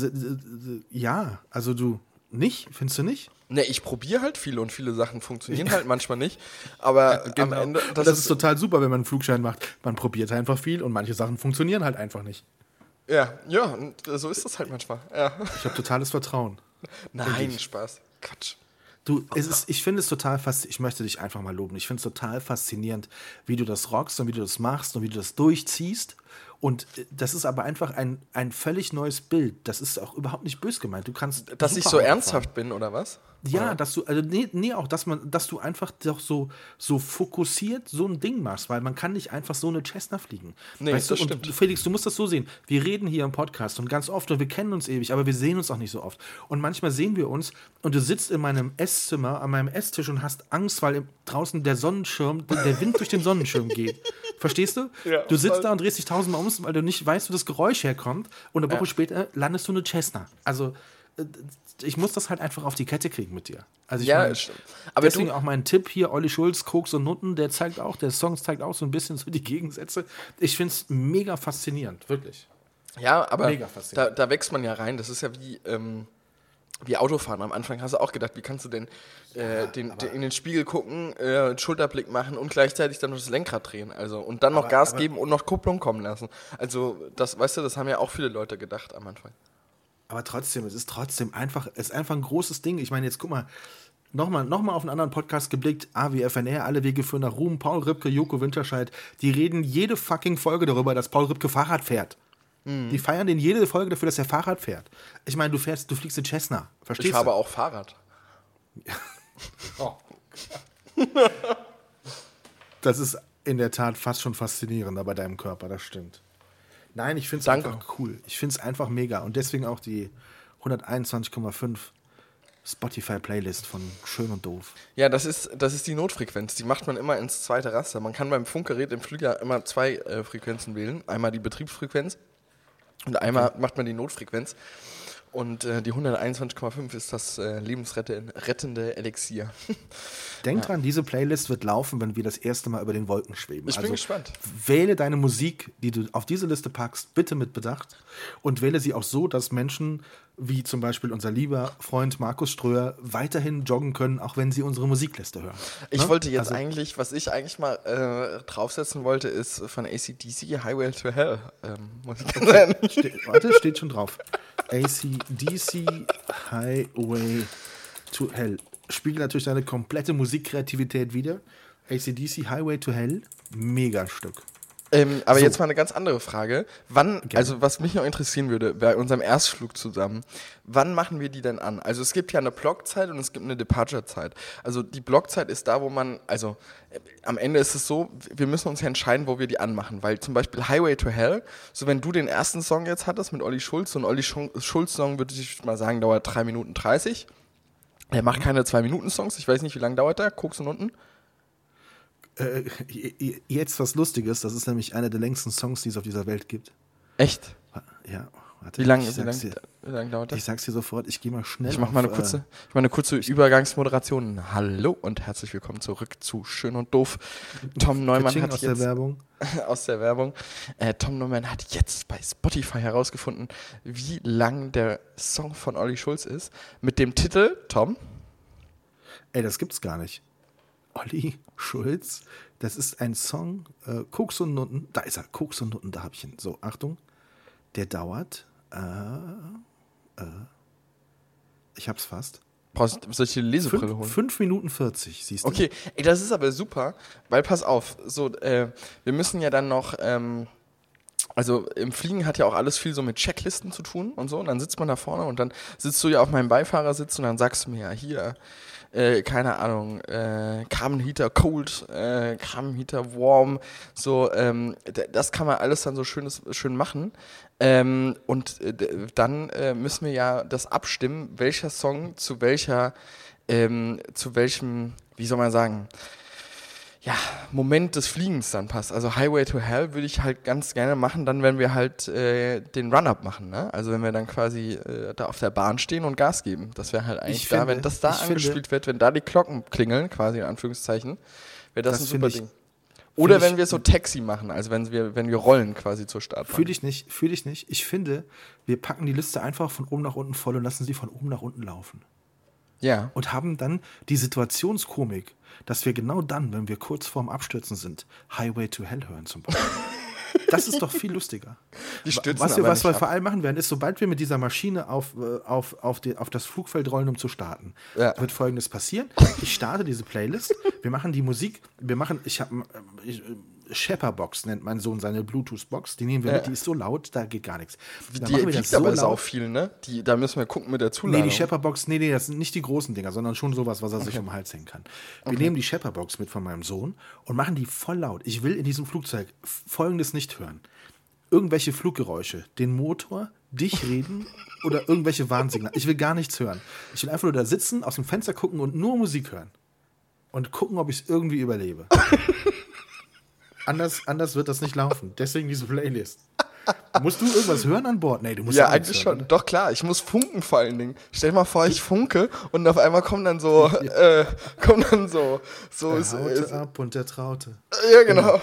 nicht, findest du nicht? Ne, ich probiere halt viele und viele Sachen funktionieren halt manchmal nicht. Aber am Ende. Das ist total super, wenn man einen Flugschein macht. Man probiert einfach viel und manche Sachen funktionieren halt einfach nicht. Ja, und so ist das halt manchmal. Ja. Ich habe totales Vertrauen. Nein, Spaß. Quatsch. Ich finde es total faszinierend, ich möchte dich einfach mal loben, ich finde es total faszinierend, wie du das rockst und wie du das machst und wie du das durchziehst Und das ist aber einfach ein völlig neues Bild. Das ist auch überhaupt nicht böse gemeint. Du kannst Dass ich super so Auto ernsthaft fahren. bin, oder was? Ja, Oder? dass du, also auch, dass du einfach doch so fokussiert so ein Ding machst, weil man kann nicht einfach so eine Cessna fliegen. Nee, weißt du? das Und stimmt. Felix, du musst das so sehen. Wir reden hier im Podcast und ganz oft und wir kennen uns ewig, aber wir sehen uns auch nicht so oft. Und manchmal sehen wir uns und du sitzt in meinem Esszimmer an meinem Esstisch und hast Angst, weil draußen der Sonnenschirm, der Wind durch den Sonnenschirm geht. Verstehst du? Ja, Du sitzt voll. da und drehst dich tausendmal um, weil du nicht weißt, wo das Geräusch herkommt. Und eine Woche später landest du eine Cessna. Also ich muss das halt einfach auf die Kette kriegen mit dir. Also ich Ja, mein, stimmt. Aber deswegen du, auch mein Tipp hier, Olli Schulz, Koks und Nutten, der Song zeigt auch so ein bisschen so die Gegensätze. Ich finde es mega faszinierend, wirklich. ja, aber Mega faszinierend. da wächst man ja rein. Das ist ja wie Autofahren. Am Anfang hast du auch gedacht, wie kannst du denn in den Spiegel gucken, einen Schulterblick machen und gleichzeitig dann noch das Lenkrad drehen. Also, und dann noch Gas geben und noch Kupplung kommen lassen. Also, das, weißt du, das haben ja auch viele Leute gedacht am Anfang. Aber trotzdem, es ist einfach ein großes Ding. Ich meine, jetzt guck mal, nochmal auf einen anderen Podcast geblickt, AWFNR, alle Wege führen nach Ruhm, Paul Ripke, Joko Winterscheid, die reden jede fucking Folge darüber, dass Paul Ripke Fahrrad fährt. Die feiern den jede Folge dafür, dass er Fahrrad fährt. Ich meine, du fliegst in Cessna, verstehst Ich du? habe auch Fahrrad. Oh. Das ist in der Tat fast schon faszinierender bei deinem Körper, das stimmt. Nein, ich finde es Danke. einfach cool. Ich finde es einfach mega. Und deswegen auch die 121,5 Spotify-Playlist von Schön und Doof. Ja, das ist die Notfrequenz. Die macht man immer ins zweite Raster. Man kann beim Funkgerät im Flieger immer zwei Frequenzen wählen. Einmal die Betriebsfrequenz und einmal macht man die Notfrequenz. Und die 121,5 ist das lebensrettende Elixier. Denk dran, diese Playlist wird laufen, wenn wir das erste Mal über den Wolken schweben. Ich bin gespannt. Wähle deine Musik, die du auf diese Liste packst, bitte mit Bedacht. Und wähle sie auch so, dass Menschen wie zum Beispiel unser lieber Freund Markus Ströer weiterhin joggen können, auch wenn sie unsere Musikliste hören. Ich Ne? wollte jetzt Also, was ich eigentlich mal draufsetzen wollte, ist von AC/DC Highway to Hell. Muss ich ganz ehrlich. Steht schon drauf. AC/DC Highway to Hell. Spiegelt natürlich deine komplette Musikkreativität wider. AC/DC Highway to Hell, Megastück. Aber So. jetzt mal eine ganz andere Frage. Also was mich noch interessieren würde, bei unserem Erstflug zusammen, wann machen wir die denn an? Also es gibt ja eine Blockzeit und es gibt eine Departure-Zeit. Also die Blockzeit ist da, wo man, am Ende ist es so, wir müssen uns ja entscheiden, wo wir die anmachen, weil zum Beispiel Highway to Hell, so wenn du den ersten Song jetzt hattest mit Olli Schulz, so ein Olli Schulz-Song würde ich mal sagen, dauert 3 Minuten 30. Er macht keine 2-Minuten-Songs, ich weiß nicht, wie lange dauert der, Koks und Unten? Jetzt was Lustiges, das ist nämlich einer der längsten Songs, die es auf dieser Welt gibt. Echt? Ja, warte. Wie lange ich dauert das? Ich sag's dir sofort, ich gehe mal schnell. Ich mache mal eine kurze Übergangsmoderation. Hallo und herzlich willkommen zurück zu Schön und Doof. Tom Neumann hat aus jetzt der Werbung. aus der Werbung. Tom Neumann hat jetzt bei Spotify herausgefunden, wie lang der Song von Olli Schulz ist. Mit dem Titel, Tom, Ey, das gibt's gar nicht. Olli Schulz, das ist ein Song, Koks und Nutten, da ist er, Koks und Nutten, da habe ich ihn. So, Achtung, der dauert, ich hab's fast. soll ich die Lesebrille holen? 5 Minuten 40, siehst du? Okay, ey, das ist aber super, weil pass auf, so, wir müssen ja dann noch, also im Fliegen hat ja auch alles viel so mit Checklisten zu tun und so, und dann sitzt man da vorne und dann sitzt du ja auf meinem Beifahrersitz und dann sagst du mir ja hier, keine Ahnung, Carbon Heater Cold, Carbon Heater Warm, so, das kann man alles dann so schön machen. Und dann müssen wir ja das abstimmen, welcher Song zu welchem, wie soll man sagen, ja, Moment des Fliegens dann passt. Also Highway to Hell würde ich halt ganz gerne machen, dann wenn wir halt den Run-Up machen, ne? Also wenn wir dann quasi da auf der Bahn stehen und Gas geben. Das wäre halt eigentlich wenn das da angespielt wird, wenn da die Glocken klingeln, quasi in Anführungszeichen, wäre das ein super Ding. Oder wenn wir so Taxi machen, also wenn wir rollen quasi zur Startbahn. Fühl dich nicht. Ich finde, wir packen die Liste einfach von oben nach unten voll und lassen sie von oben nach unten laufen. Ja. Und haben dann die Situationskomik, dass wir genau dann, wenn wir kurz vorm Abstürzen sind, Highway to Hell hören zum Beispiel. Das ist doch viel lustiger. Die stürzen Was wir aber nicht ab. vor allem machen werden, ist, sobald wir mit dieser Maschine auf das Flugfeld rollen, um zu starten, wird Folgendes passieren. Ich starte diese Playlist, wir machen die Musik, Shepperbox nennt mein Sohn seine Bluetooth-Box. Die nehmen wir mit, die ist so laut, da geht gar nichts. Die wiegt aber so viel, ne? Da müssen wir gucken mit der Zuladung. Nee, die Shepperbox, das sind nicht die großen Dinger, sondern schon sowas, was er sich um den Hals hängen kann. Wir nehmen die Shepperbox mit von meinem Sohn und machen die voll laut. Ich will in diesem Flugzeug Folgendes nicht hören. Irgendwelche Fluggeräusche, den Motor, dich reden oder irgendwelche Warnsignale. Ich will gar nichts hören. Ich will einfach nur da sitzen, aus dem Fenster gucken und nur Musik hören. Und gucken, ob ich es irgendwie überlebe. Anders wird das nicht laufen. Deswegen diese Playlist. Musst du irgendwas hören an Bord? Nee, du musst ja eigentlich hören, schon. Oder? Doch, klar. Ich muss funken vor allen Dingen. Stell dir mal vor, ich funke und auf einmal kommen dann so der haute ab und der traute. Ja, genau.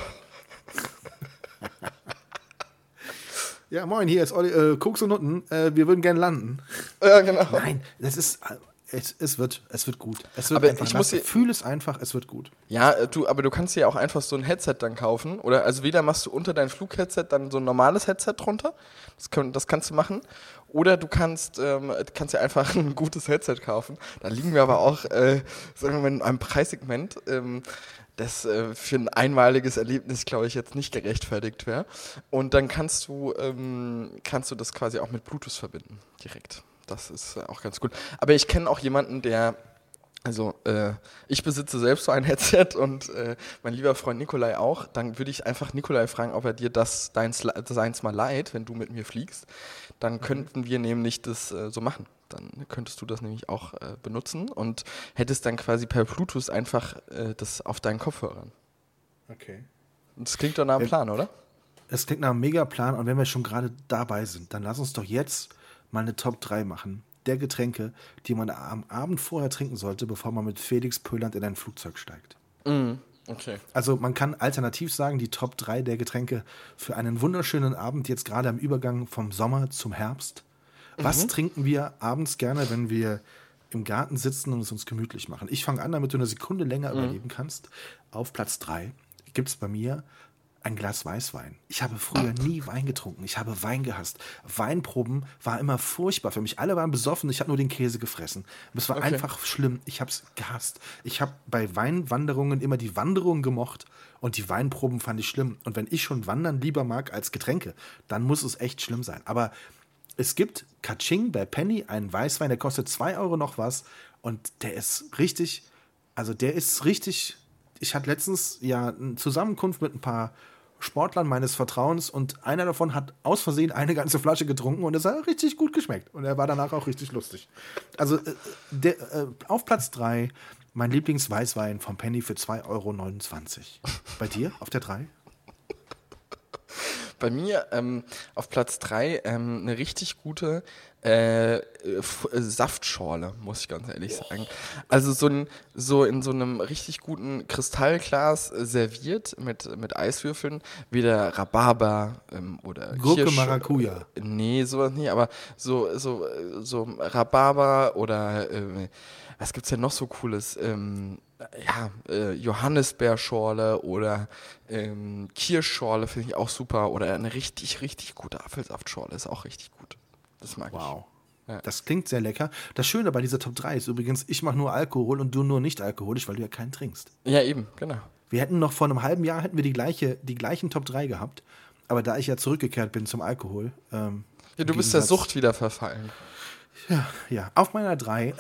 Ja, moin, hier ist Olli, Koks und Nutten. Wir würden gerne landen. Ja, genau. Nein, das ist... Es wird gut. Es wird aber einfach. Fühl es einfach, es wird gut. Ja, aber du kannst dir auch einfach so ein Headset dann kaufen. Oder also weder machst du unter dein Flugheadset dann so ein normales Headset drunter. Das kannst du machen. Oder du kannst dir einfach ein gutes Headset kaufen. Da liegen wir aber auch, sagen wir mal, in einem Preissegment, das für ein einmaliges Erlebnis, glaube ich, jetzt nicht gerechtfertigt wäre. Und dann kannst du das quasi auch mit Bluetooth verbinden, direkt. Das ist auch ganz gut. Aber ich kenne auch jemanden, ich besitze selbst so ein Headset und mein lieber Freund Nikolai auch. Dann würde ich einfach Nikolai fragen, ob er dir seins mal leiht, wenn du mit mir fliegst. Dann könnten wir nämlich das so machen. Dann könntest du das nämlich auch benutzen und hättest dann quasi per Bluetooth einfach das auf deinen Kopfhörern. Okay. Das klingt doch nach einem Plan, oder? Es klingt nach einem Mega-Plan und wenn wir schon gerade dabei sind, dann lass uns doch jetzt mal eine Top 3 machen. Der Getränke, die man am Abend vorher trinken sollte, bevor man mit Felix Pöland in ein Flugzeug steigt. Okay. Also man kann alternativ sagen, die Top 3 der Getränke für einen wunderschönen Abend, jetzt gerade am Übergang vom Sommer zum Herbst. Was trinken wir abends gerne, wenn wir im Garten sitzen und es uns gemütlich machen? Ich fange an, damit du eine Sekunde länger überleben kannst. Auf Platz 3 gibt es bei mir ein Glas Weißwein. Ich habe früher nie Wein getrunken. Ich habe Wein gehasst. Weinproben war immer furchtbar für mich. Alle waren besoffen. Ich habe nur den Käse gefressen. Es war einfach schlimm. Ich habe es gehasst. Ich habe bei Weinwanderungen immer die Wanderung gemocht und die Weinproben fand ich schlimm. Und wenn ich schon Wandern lieber mag als Getränke, dann muss es echt schlimm sein. Aber es gibt Kaching bei Penny einen Weißwein, der kostet 2 Euro noch was und der ist richtig, ich hatte letztens eine Zusammenkunft mit ein paar Sportlern meines Vertrauens und einer davon hat aus Versehen eine ganze Flasche getrunken und es hat richtig gut geschmeckt und er war danach auch richtig lustig. Also auf Platz 3 mein Lieblingsweißwein vom Penny für 2,29 Euro. Bei dir auf der 3? Bei mir auf Platz 3 eine richtig gute Saftschorle, muss ich ganz ehrlich sagen. Also so in so einem richtig guten Kristallglas serviert mit Eiswürfeln, wie der Rhabarber oder Gurke Maracuja. Nee, sowas nicht, aber so Rhabarber oder was gibt's denn noch so Cooles? Johannisbeerschorle oder Kirschschorle finde ich auch super oder eine richtig, richtig gute Apfelsaftschorle ist auch richtig gut. Das mag ich. Wow. Ja. Das klingt sehr lecker. Das Schöne bei dieser Top 3 ist übrigens, ich mache nur Alkohol und du nur nicht alkoholisch, weil du ja keinen trinkst. Ja, eben, genau. Wir hätten noch vor einem halben Jahr die gleichen Top 3 gehabt, aber da ich ja zurückgekehrt bin zum Alkohol. Du bist der Sucht wieder verfallen. Ja. Auf meiner 2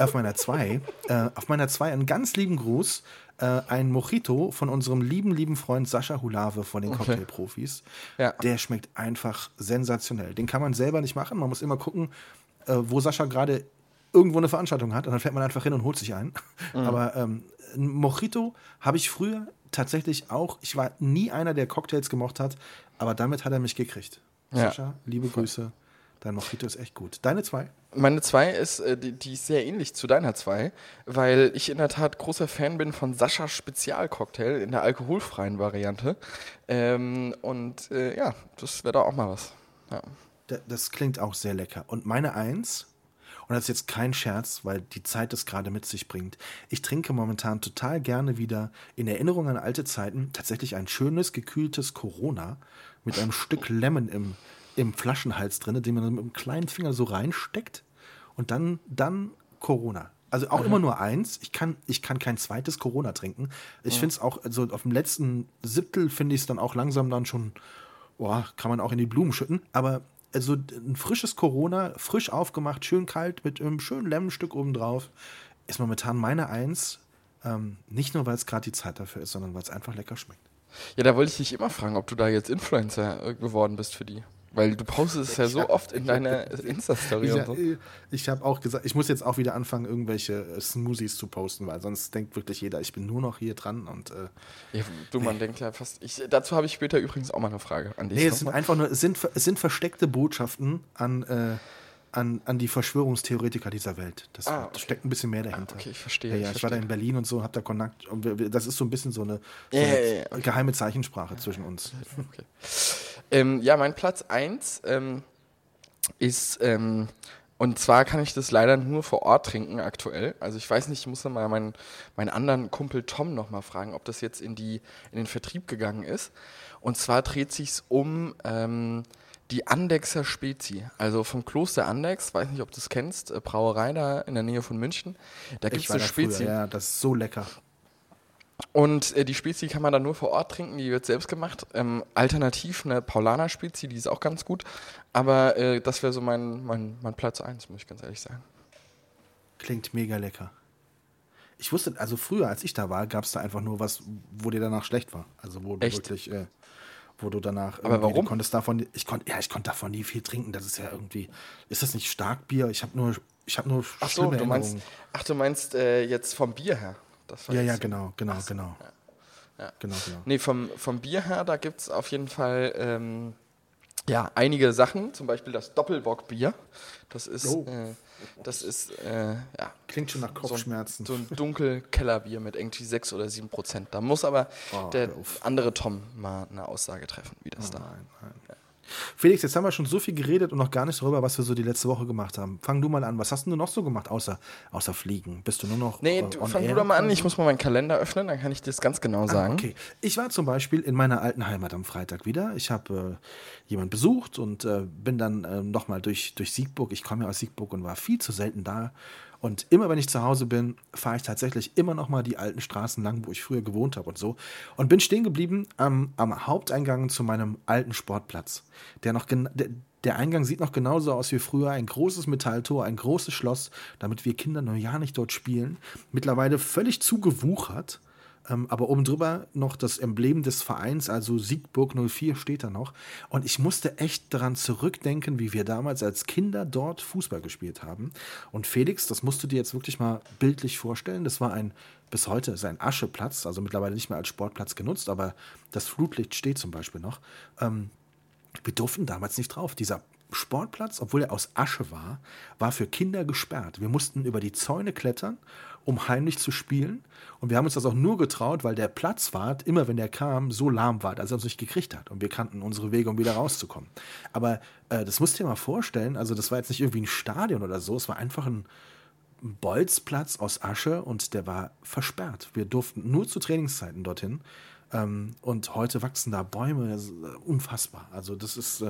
einen ganz lieben Gruß, ein Mojito von unserem lieben Freund Sascha Hulave von den Cocktailprofis. Ja. Der schmeckt einfach sensationell. Den kann man selber nicht machen. Man muss immer gucken, wo Sascha gerade irgendwo eine Veranstaltung hat und dann fährt man einfach hin und holt sich einen. Aber ein Mojito habe ich früher tatsächlich auch, ich war nie einer, der Cocktails gemocht hat, aber damit hat er mich gekriegt. Ja. Sascha, liebe Grüße. Dein Mojito ist echt gut. Deine 2? Meine 2 ist, die ist sehr ähnlich zu deiner 2, weil ich in der Tat großer Fan bin von Saschas Spezialcocktail in der alkoholfreien Variante. Das wäre doch auch mal was. Ja. Das klingt auch sehr lecker. Und meine 1, und das ist jetzt kein Scherz, weil die Zeit das gerade mit sich bringt, ich trinke momentan total gerne wieder in Erinnerung an alte Zeiten tatsächlich ein schönes, gekühltes Corona mit einem Stück Lemon im Flaschenhals drin, den man mit einem kleinen Finger so reinsteckt und dann Corona. Also auch immer nur eins. Ich kann kein zweites Corona trinken. Ich finde es auch, also auf dem letzten Siebtel finde ich es dann auch langsam dann schon, kann man auch in die Blumen schütten. Aber also ein frisches Corona, frisch aufgemacht, schön kalt, mit einem schönen Lemmenstück obendrauf, ist momentan meine Eins. Nicht nur, weil es gerade die Zeit dafür ist, sondern weil es einfach lecker schmeckt. Ja, da wollte ich dich immer fragen, ob du da jetzt Influencer geworden bist für die. Weil du postest es ja so oft in deiner Insta-Story und so. Ich habe auch gesagt, ich muss jetzt auch wieder anfangen, irgendwelche Smoothies zu posten, weil sonst denkt wirklich jeder, ich bin nur noch hier dran. Und, ja, du, man denkt ja fast. Dazu habe ich später übrigens auch mal eine Frage an dich. Nee, es sind einfach nur, es sind versteckte Botschaften an die Verschwörungstheoretiker dieser Welt. Das steckt ein bisschen mehr dahinter. Okay, ich verstehe. Ja, ich war da in Berlin und so, hab da Kontakt. Und das ist so ein bisschen so eine geheime Zeichensprache zwischen uns. Okay. Ja, mein Platz 1 ist, und zwar kann ich das leider nur vor Ort trinken aktuell. Also ich weiß nicht, ich muss dann mal meinen anderen Kumpel Tom nochmal fragen, ob das jetzt in den Vertrieb gegangen ist. Und zwar dreht sich's um die Andexer Spezi, also vom Kloster Andex, weiß nicht, ob du es kennst, Brauerei da in der Nähe von München. Da gibt es eine Spezi. Ja, das ist so lecker. Und die Spezi kann man dann nur vor Ort trinken, die wird selbst gemacht. Alternativ eine Paulaner Spezi, die ist auch ganz gut. Aber das wäre so mein Platz 1, muss ich ganz ehrlich sagen. Klingt mega lecker. Ich wusste, also früher, als ich da war, gab es da einfach nur was, wo dir danach schlecht war. Also wo du wirklich, wo du danach. Aber warum? Du konntest davon, ich konnte davon nie viel trinken. Das ist ja irgendwie, ist das nicht Starkbier? Ich habe nur Ach so, du meinst jetzt vom Bier her. Ja, genau. Ja. Genau. Nee, vom Bier her, da gibt es auf jeden Fall einige Sachen, zum Beispiel das Doppelbockbier. Das ist, klingt schon nach Kopfschmerzen. So ein Dunkelkellerbier mit irgendwie 6 oder 7%. Da muss aber der andere Tom mal eine Aussage treffen, wie das da. Nein. Ja. Felix, jetzt haben wir schon so viel geredet und noch gar nicht darüber, was wir so die letzte Woche gemacht haben. Fang du mal an. Was hast du noch so gemacht, außer Fliegen? Bist du nur noch fang du doch mal an. Ich muss mal meinen Kalender öffnen, dann kann ich das ganz genau sagen. Okay. Ich war zum Beispiel in meiner alten Heimat am Freitag wieder. Ich habe jemanden besucht und bin dann nochmal durch Siegburg. Ich komme ja aus Siegburg und war viel zu selten da. Und immer, wenn ich zu Hause bin, fahre ich tatsächlich immer noch mal die alten Straßen lang, wo ich früher gewohnt habe und so. Und bin stehen geblieben am Haupteingang zu meinem alten Sportplatz. Der Eingang sieht noch genauso aus wie früher. Ein großes Metalltor, ein großes Schloss, damit wir Kinder noch ja nicht dort spielen. Mittlerweile völlig zugewuchert. Aber oben drüber noch das Emblem des Vereins, also Siegburg 04 steht da noch. Und ich musste echt daran zurückdenken, wie wir damals als Kinder dort Fußball gespielt haben. Und Felix, das musst du dir jetzt wirklich mal bildlich vorstellen. Das war bis heute ist ein Ascheplatz, also mittlerweile nicht mehr als Sportplatz genutzt, aber das Flutlicht steht zum Beispiel noch. Wir durften damals nicht drauf. Dieser Sportplatz, obwohl er aus Asche war für Kinder gesperrt. Wir mussten über die Zäune klettern, um heimlich zu spielen. Und wir haben uns das auch nur getraut, weil der Platzwart, immer wenn der kam, so lahm war, dass er uns nicht gekriegt hat. Und wir kannten unsere Wege, um wieder rauszukommen. Aber das musst du dir mal vorstellen, also das war jetzt nicht irgendwie ein Stadion oder so, es war einfach ein Bolzplatz aus Asche und der war versperrt. Wir durften nur zu Trainingszeiten dorthin. Und heute wachsen da Bäume, das ist unfassbar. Also das ist,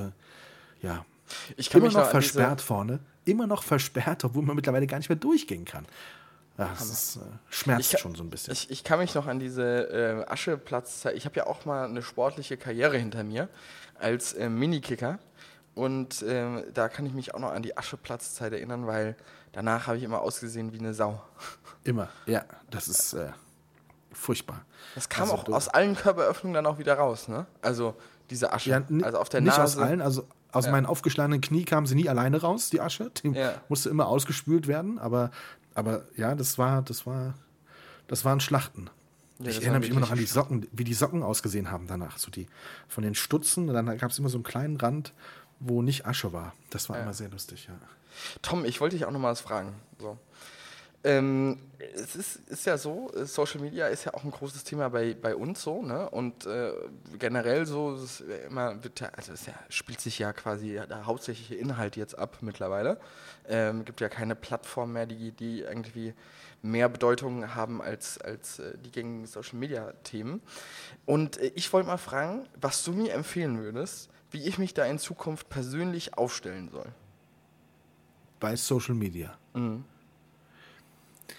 Ich kann immer mich noch versperrt vorne, immer noch versperrt, obwohl man mittlerweile gar nicht mehr durchgehen kann. Ja, das schmerzt schon so ein bisschen. Ich kann mich noch an diese Ascheplatzzeit, ich habe ja auch mal eine sportliche Karriere hinter mir als Minikicker und da kann ich mich auch noch an die Ascheplatzzeit erinnern, weil danach habe ich immer ausgesehen wie eine Sau. Immer, ja, das ist furchtbar. Das kam auch aus allen Körperöffnungen dann auch wieder raus, ne? Also diese Asche, ja, also auf der nicht Nase. Nicht aus allen, also aus meinen aufgeschlagenen Knie kam sie nie alleine raus, die Asche. Die musste immer ausgespült werden, aber ja, das war ein Schlachten. Ja, ich erinnere mich immer noch an die Socken, wie die Socken ausgesehen haben danach. So von den Stutzen, und dann gab es immer so einen kleinen Rand, wo nicht Asche war. Das war immer sehr lustig, ja. Tom, ich wollte dich auch noch mal was fragen. So. Es ist ja so, Social Media ist ja auch ein großes Thema bei uns so, ne? Und generell so, spielt sich ja quasi der hauptsächliche Inhalt jetzt ab mittlerweile. Gibt ja keine Plattform mehr, die irgendwie mehr Bedeutung haben als die gängigen Social Media Themen. Und ich wollte mal fragen, was du mir empfehlen würdest, wie ich mich da in Zukunft persönlich aufstellen soll. Bei Social Media. Mhm.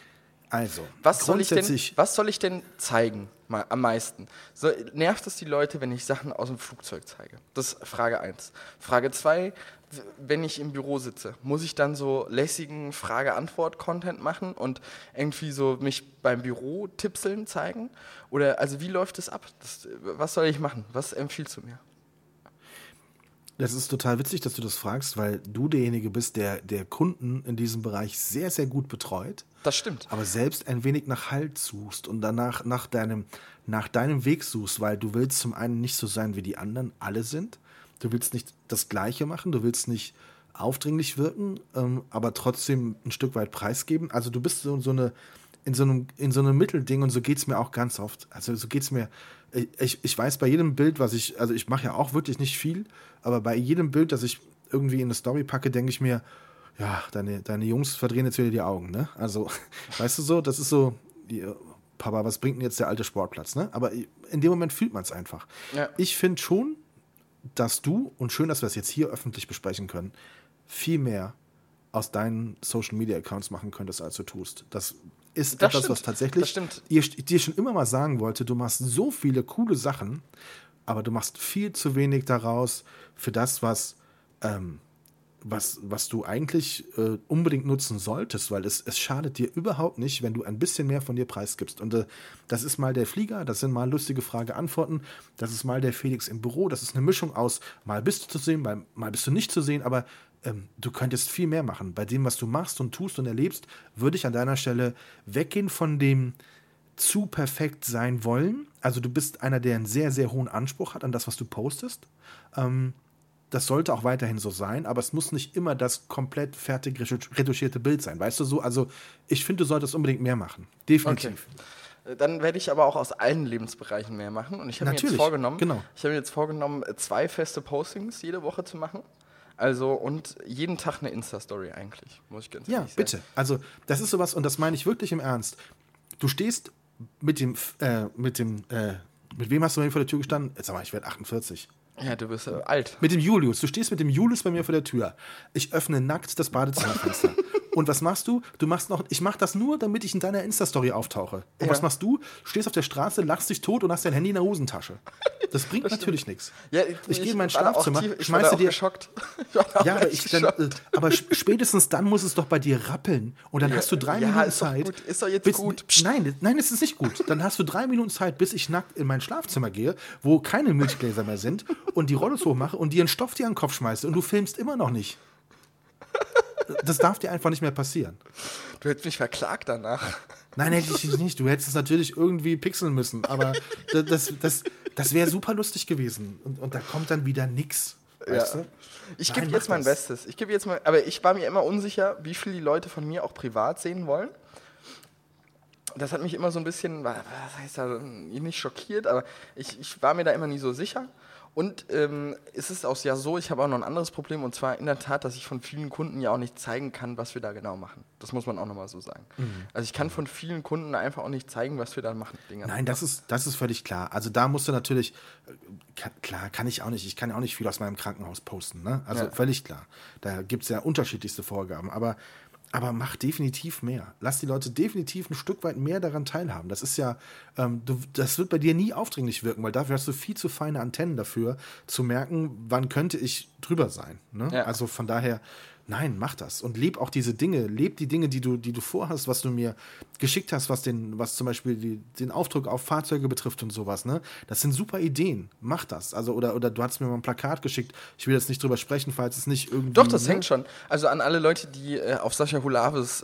Also, was soll ich denn zeigen mal am meisten? Nervt es die Leute, wenn ich Sachen aus dem Flugzeug zeige? Das ist Frage 1. Frage 2, wenn ich im Büro sitze, muss ich dann so lässigen Frage-Antwort-Content machen und irgendwie so mich beim Büro-Tippseln zeigen? Oder also wie läuft es ab? Was soll ich machen? Was empfiehlst du mir? Das ist total witzig, dass du das fragst, weil du derjenige bist, der Kunden in diesem Bereich sehr, sehr gut betreut. Das stimmt. Aber selbst ein wenig nach Halt suchst und danach nach deinem Weg suchst, weil du willst zum einen nicht so sein, wie die anderen alle sind. Du willst nicht das Gleiche machen, du willst nicht aufdringlich wirken, aber trotzdem ein Stück weit preisgeben. Also du bist in so einem Mittelding und so geht es mir auch ganz oft. Also so geht es mir, ich weiß bei jedem Bild, also ich mache ja auch wirklich nicht viel, aber bei jedem Bild, das ich irgendwie in eine Story packe, denke ich mir, ja, deine Jungs verdrehen jetzt wieder die Augen, ne? Also, weißt du so, das ist so, Papa, was bringt denn jetzt der alte Sportplatz, ne? Aber in dem Moment fühlt man es einfach. Ja. Ich finde schon, dass du, und schön, dass wir es jetzt hier öffentlich besprechen können, viel mehr aus deinen Social-Media-Accounts machen könntest, als du tust. Das ist etwas, was tatsächlich dir schon immer mal sagen wollte, du machst so viele coole Sachen, aber du machst viel zu wenig daraus für das, was du eigentlich unbedingt nutzen solltest, weil es schadet dir überhaupt nicht, wenn du ein bisschen mehr von dir preisgibst. Und das ist mal der Flieger, das sind mal lustige Frage-Antworten, das ist mal der Felix im Büro, das ist eine Mischung aus, mal bist du zu sehen, mal bist du nicht zu sehen, aber du könntest viel mehr machen. Bei dem, was du machst und tust und erlebst, würde ich an deiner Stelle weggehen von dem zu perfekt sein wollen. Also du bist einer, der einen sehr, sehr hohen Anspruch hat an das, was du postest. Das sollte auch weiterhin so sein, aber es muss nicht immer das komplett fertig retuschierte Bild sein. Weißt du so? Also ich finde, du solltest unbedingt mehr machen. Definitiv. Okay. Dann werde ich aber auch aus allen Lebensbereichen mehr machen. Und ich habe mir jetzt vorgenommen, 2 feste Postings jede Woche zu machen. Also und jeden Tag eine Insta-Story eigentlich, muss ich ganz ehrlich sagen. Ja, bitte. Also das ist sowas, und das meine ich wirklich im Ernst. Du stehst mit wem hast du denn vor der Tür gestanden? Jetzt sag mal, ich werde 48. Ja, du bist alt. Mit dem Julius. Du stehst mit dem Julius bei mir vor der Tür. Ich öffne nackt das Badezimmerfenster. Und was machst du? Ich mach das nur, damit ich in deiner Insta-Story auftauche. Und was machst du? Stehst auf der Straße, lachst dich tot und hast dein Handy in der Hosentasche. Das bringt natürlich nichts. Ja, ich gehe in mein Schlafzimmer, schmeiße dir geschockt. Aber spätestens dann muss es doch bei dir rappeln. Und dann hast du 3 Minuten Zeit. Ist doch jetzt gut. Nein, es ist nicht gut. Dann hast du 3 Minuten Zeit, bis ich nackt in mein Schlafzimmer gehe, wo keine Milchgläser mehr sind, und die Rollos hochmache und dir einen Stoff dir an den Kopf schmeiße und du filmst immer noch nicht. Das darf dir einfach nicht mehr passieren. Du hättest mich verklagt danach. Nein, hätte ich nicht. Du hättest es natürlich irgendwie pixeln müssen, aber das wäre super lustig gewesen. Und da kommt dann wieder nix. Weißt du? Ich gebe jetzt mein Bestes. Aber ich war mir immer unsicher, wie viel die Leute von mir auch privat sehen wollen. Das hat mich immer so ein bisschen, was heißt da, nicht schockiert, aber ich war mir da immer nie so sicher. Und es ist auch ja so, ich habe auch noch ein anderes Problem, und zwar in der Tat, dass ich von vielen Kunden ja auch nicht zeigen kann, was wir da genau machen. Das muss man auch nochmal so sagen. Mhm. Also ich kann von vielen Kunden einfach auch nicht zeigen, was wir da machen. Nein, das ist völlig klar. Also da musst du natürlich, klar, kann ich auch nicht. Ich kann ja auch nicht viel aus meinem Krankenhaus posten. Ne? Also völlig klar. Da gibt es ja unterschiedlichste Vorgaben. Aber mach definitiv mehr. Lass die Leute definitiv ein Stück weit mehr daran teilhaben. Das ist ja, das wird bei dir nie aufdringlich wirken, weil dafür hast du viel zu feine Antennen dafür, zu merken, wann könnte ich drüber sein. Ne? Ja. Also von daher, nein, mach das. Und leb auch diese Dinge. Leb die Dinge, die du vorhast, was du mir geschickt hast, was zum Beispiel den Aufdruck auf Fahrzeuge betrifft und sowas. Ne? Das sind super Ideen. Mach das. Also, oder du hast mir mal ein Plakat geschickt. Ich will jetzt nicht drüber sprechen, falls es nicht irgendwie... Doch, das hängt schon. Also an alle Leute, die auf Sascha Hulaves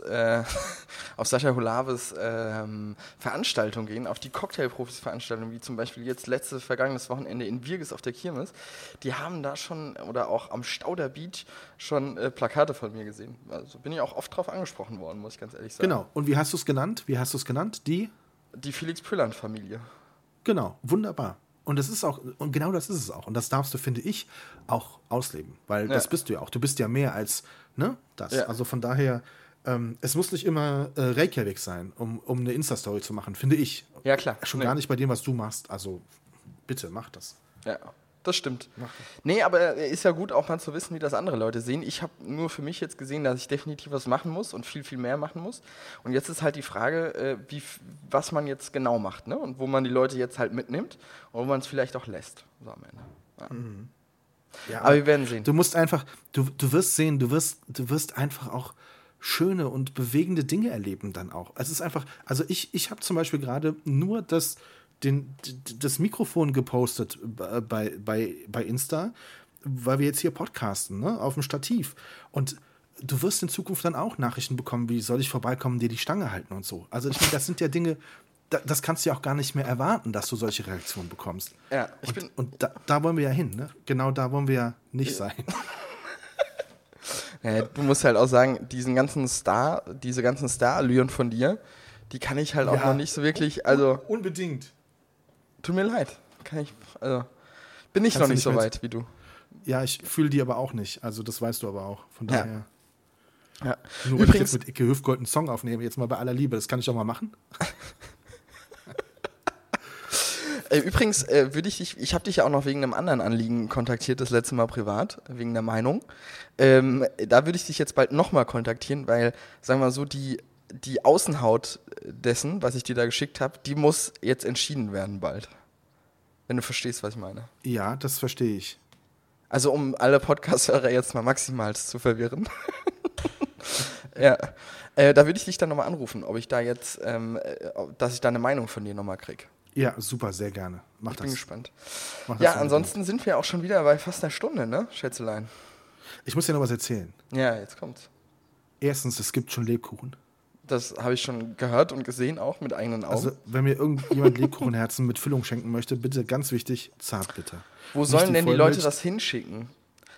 Veranstaltung gehen, auf die Cocktailprofis-Veranstaltung, wie zum Beispiel jetzt vergangenes Wochenende in Wirges auf der Kirmes, die haben da schon, oder auch am Stauder Beach, schon Plakate von mir gesehen. Also bin ich auch oft drauf angesprochen worden, muss ich ganz ehrlich sagen. Genau. Und wie hast du es genannt? Die Felix-Pölland-Familie. Genau. Wunderbar. Und genau das ist es auch. Und das darfst du, finde ich, auch ausleben. Weil das bist du ja auch. Du bist ja mehr als das. Ja. Also von daher, es muss nicht immer Reykjavik sein, um eine Insta-Story zu machen, finde ich. Ja, klar. Schon gar nicht bei dem, was du machst. Also bitte, mach das. Ja. Das stimmt. Nee, aber ist ja gut, auch mal zu wissen, wie das andere Leute sehen. Ich habe nur für mich jetzt gesehen, dass ich definitiv was machen muss und viel, viel mehr machen muss. Und jetzt ist halt die Frage, was man jetzt genau macht, ne? Und wo man die Leute jetzt halt mitnimmt und wo man es vielleicht auch lässt. So am Ende. Ja. Mhm. Ja, aber wir werden sehen. Du musst einfach, du wirst sehen, du wirst einfach auch schöne und bewegende Dinge erleben dann auch. Es ist einfach, also ich habe zum Beispiel gerade nur das Mikrofon gepostet bei Insta, weil wir jetzt hier podcasten, ne, auf dem Stativ. Und du wirst in Zukunft dann auch Nachrichten bekommen, wie soll ich vorbeikommen, dir die Stange halten und so. Also ich meine, das sind ja Dinge, das kannst du ja auch gar nicht mehr erwarten, dass du solche Reaktionen bekommst. Ja, da wollen wir ja hin, ne? Genau da wollen wir ja nicht sein. Ja, du musst halt auch sagen, diese ganzen Star-Allüren von dir, die kann ich halt auch noch nicht so wirklich, also... Unbedingt. Tut mir leid. Bin ich noch nicht so weit wie du. Ja, ich fühle die aber auch nicht. Also das weißt du aber auch. Von daher. Ja. Nur wenn ich jetzt mit Icke Hüfgold einen Song aufnehme, jetzt mal bei aller Liebe, das kann ich doch mal machen. Übrigens ich habe dich ja auch noch wegen einem anderen Anliegen kontaktiert, das letzte Mal privat, wegen der Meinung. Da würde ich dich jetzt bald nochmal kontaktieren, weil, sagen wir mal so, die Außenhaut dessen, was ich dir da geschickt habe, die muss jetzt entschieden werden bald. Wenn du verstehst, was ich meine. Ja, das verstehe ich. Also um alle Podcast-Hörer jetzt mal maximal zu verwirren. Ja. Da würde ich dich dann nochmal anrufen, ob ich da jetzt, dass ich da eine Meinung von dir nochmal kriege. Ja, super, sehr gerne. Mach das. Ich bin gespannt. Ja, ansonsten sind wir auch schon wieder bei fast einer Stunde, ne, Schätzelein? Ich muss dir noch was erzählen. Ja, jetzt kommt's. Erstens, es gibt schon Lebkuchen. Das habe ich schon gehört und gesehen, auch mit eigenen Augen. Also, wenn mir irgendjemand Lebkuchenherzen mit Füllung schenken möchte, bitte ganz wichtig, Zartbitter. Wo sollen denn die Leute das hinschicken?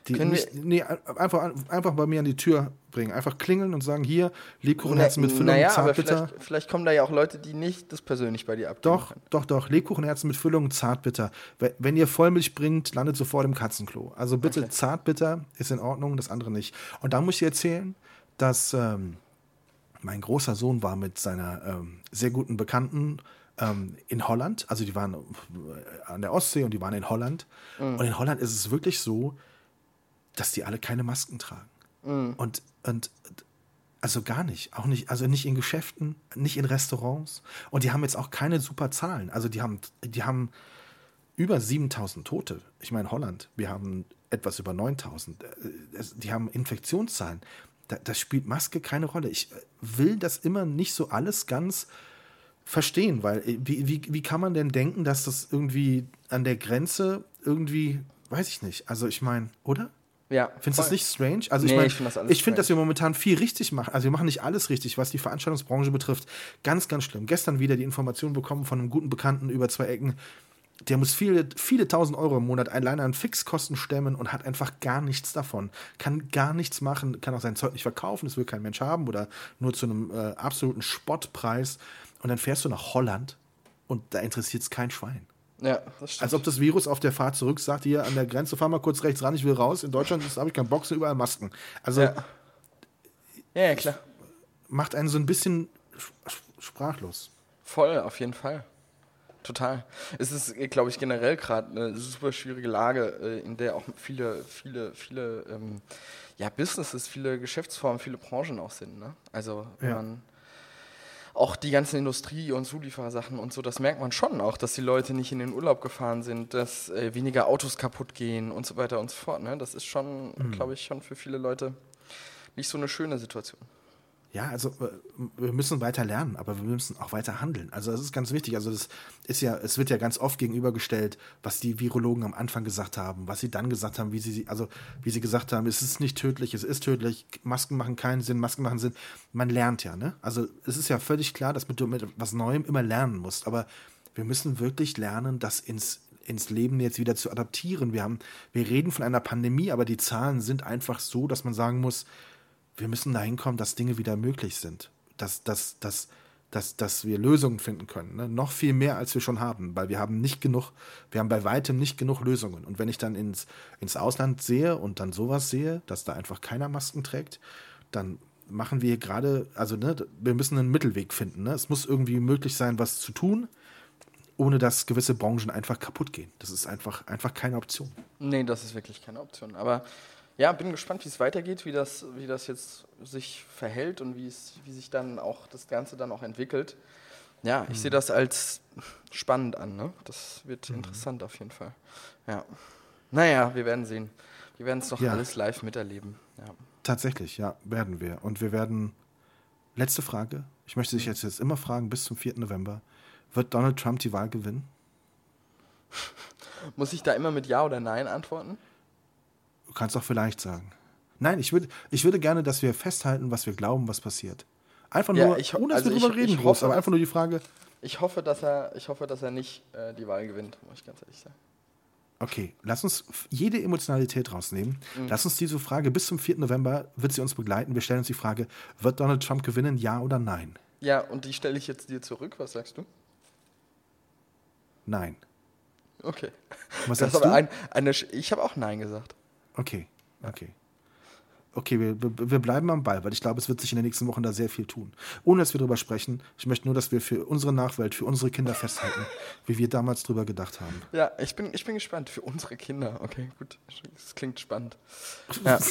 Einfach bei mir an die Tür bringen. Einfach klingeln und sagen, hier, Lebkuchenherzen mit Füllung, Zartbitter. Aber vielleicht kommen da ja auch Leute, die nicht das persönlich bei dir abgeben können. Doch. Lebkuchenherzen mit Füllung, Zartbitter. Wenn ihr Vollmilch bringt, landet sofort im Katzenklo. Also bitte, okay. Zartbitter ist in Ordnung, das andere nicht. Und dann muss ich erzählen, dass mein großer Sohn war mit seiner sehr guten Bekannten in Holland. Also die waren an der Ostsee und die waren in Holland. Mhm. Und in Holland ist es wirklich so, dass die alle keine Masken tragen. Mhm. Und also gar nicht. Auch nicht, also nicht in Geschäften, nicht in Restaurants. Und die haben jetzt auch keine super Zahlen. Also die haben über 7.000 Tote. Ich meine, Holland, wir haben etwas über 9.000. Die haben Infektionszahlen. Da spielt Maske keine Rolle. Ich will das immer nicht so alles ganz verstehen, weil wie kann man denn denken, dass das irgendwie an der Grenze irgendwie, weiß ich nicht. Also ich meine, oder? Ja. Findest du das nicht strange? Also nee, ich finde, dass wir momentan viel richtig machen. Also wir machen nicht alles richtig, was die Veranstaltungsbranche betrifft. Ganz, ganz schlimm. Gestern wieder die Information bekommen von einem guten Bekannten über 2 Ecken. Der muss viele, viele tausend Euro im Monat alleine an Fixkosten stemmen und hat einfach gar nichts davon. Kann gar nichts machen, kann auch sein Zeug nicht verkaufen, das will kein Mensch haben oder nur zu einem absoluten Spottpreis. Und dann fährst du nach Holland und da interessiert es kein Schwein. Ja, das stimmt. Als ob das Virus auf der Fahrt zurück sagt, hier an der Grenze, fahr mal kurz rechts ran, ich will raus. In Deutschland habe ich keinen Bock, sind überall Masken. Also, ja, klar. Macht einen so ein bisschen sprachlos. Voll, auf jeden Fall. Total. Es ist, glaube ich, generell gerade eine super schwierige Lage, in der auch viele Businesses, viele Geschäftsformen, viele Branchen auch sind. Ne? Also auch die ganze Industrie und Zulieferersachen und so, das merkt man schon auch, dass die Leute nicht in den Urlaub gefahren sind, dass weniger Autos kaputt gehen und so weiter und so fort. Ne? Das ist schon, glaube ich, schon für viele Leute nicht so eine schöne Situation. Ja, also wir müssen weiter lernen, aber wir müssen auch weiter handeln. Also das ist ganz wichtig. Also das ist ja, es wird ja ganz oft gegenübergestellt, was die Virologen am Anfang gesagt haben, was sie dann gesagt haben, wie sie gesagt haben, es ist nicht tödlich, es ist tödlich, Masken machen keinen Sinn, Masken machen Sinn. Man lernt ja, ne? Also es ist ja völlig klar, dass du mit was Neuem immer lernen musst, aber wir müssen wirklich lernen, das ins Leben jetzt wieder zu adaptieren. Wir reden von einer Pandemie, aber die Zahlen sind einfach so, dass man sagen muss, wir müssen dahin kommen, dass Dinge wieder möglich sind, dass wir Lösungen finden können. Ne? Noch viel mehr, als wir schon haben, weil wir haben bei weitem nicht genug Lösungen. Und wenn ich dann ins Ausland sehe und dann sowas sehe, dass da einfach keiner Masken trägt, dann machen wir gerade, also wir müssen einen Mittelweg finden. Ne? Es muss irgendwie möglich sein, was zu tun. ohne dass gewisse Branchen einfach kaputt gehen. Das ist einfach keine Option. Nee, das ist wirklich keine Option. Aber ja, bin gespannt, wie es weitergeht, wie das jetzt sich verhält und wie sich dann auch das Ganze dann auch entwickelt. Ja, ich sehe das als spannend an, ne? Das wird interessant auf jeden Fall. Ja. Naja, wir werden sehen. Wir werden es doch alles live miterleben. Ja. Tatsächlich, ja, werden wir. Und wir werden, letzte Frage, ich möchte dich jetzt immer fragen, bis zum 4. November, wird Donald Trump die Wahl gewinnen? Muss ich da immer mit Ja oder Nein antworten? Du kannst auch vielleicht sagen. Nein, ich würde gerne, dass wir festhalten, was wir glauben, was passiert. Einfach nur, ohne dass wir drüber reden groß, aber einfach nur die Frage. Ich hoffe, dass er nicht die Wahl gewinnt, muss ich ganz ehrlich sagen. Okay, lass uns jede Emotionalität rausnehmen. Lass uns diese Frage bis zum 4. November, wird sie uns begleiten. Wir stellen uns die Frage, wird Donald Trump gewinnen, ja oder nein? Ja, und die stelle ich jetzt dir zurück. Was sagst du? Nein. Okay. Was sagst du? Ich habe auch Nein gesagt. Okay. Okay, wir bleiben am Ball, weil ich glaube, es wird sich in den nächsten Wochen da sehr viel tun. Ohne dass wir darüber sprechen, ich möchte nur, dass wir für unsere Nachwelt, für unsere Kinder festhalten, wie wir damals drüber gedacht haben. Ja, ich bin gespannt. Für unsere Kinder. Okay, gut. Das klingt spannend. Ja.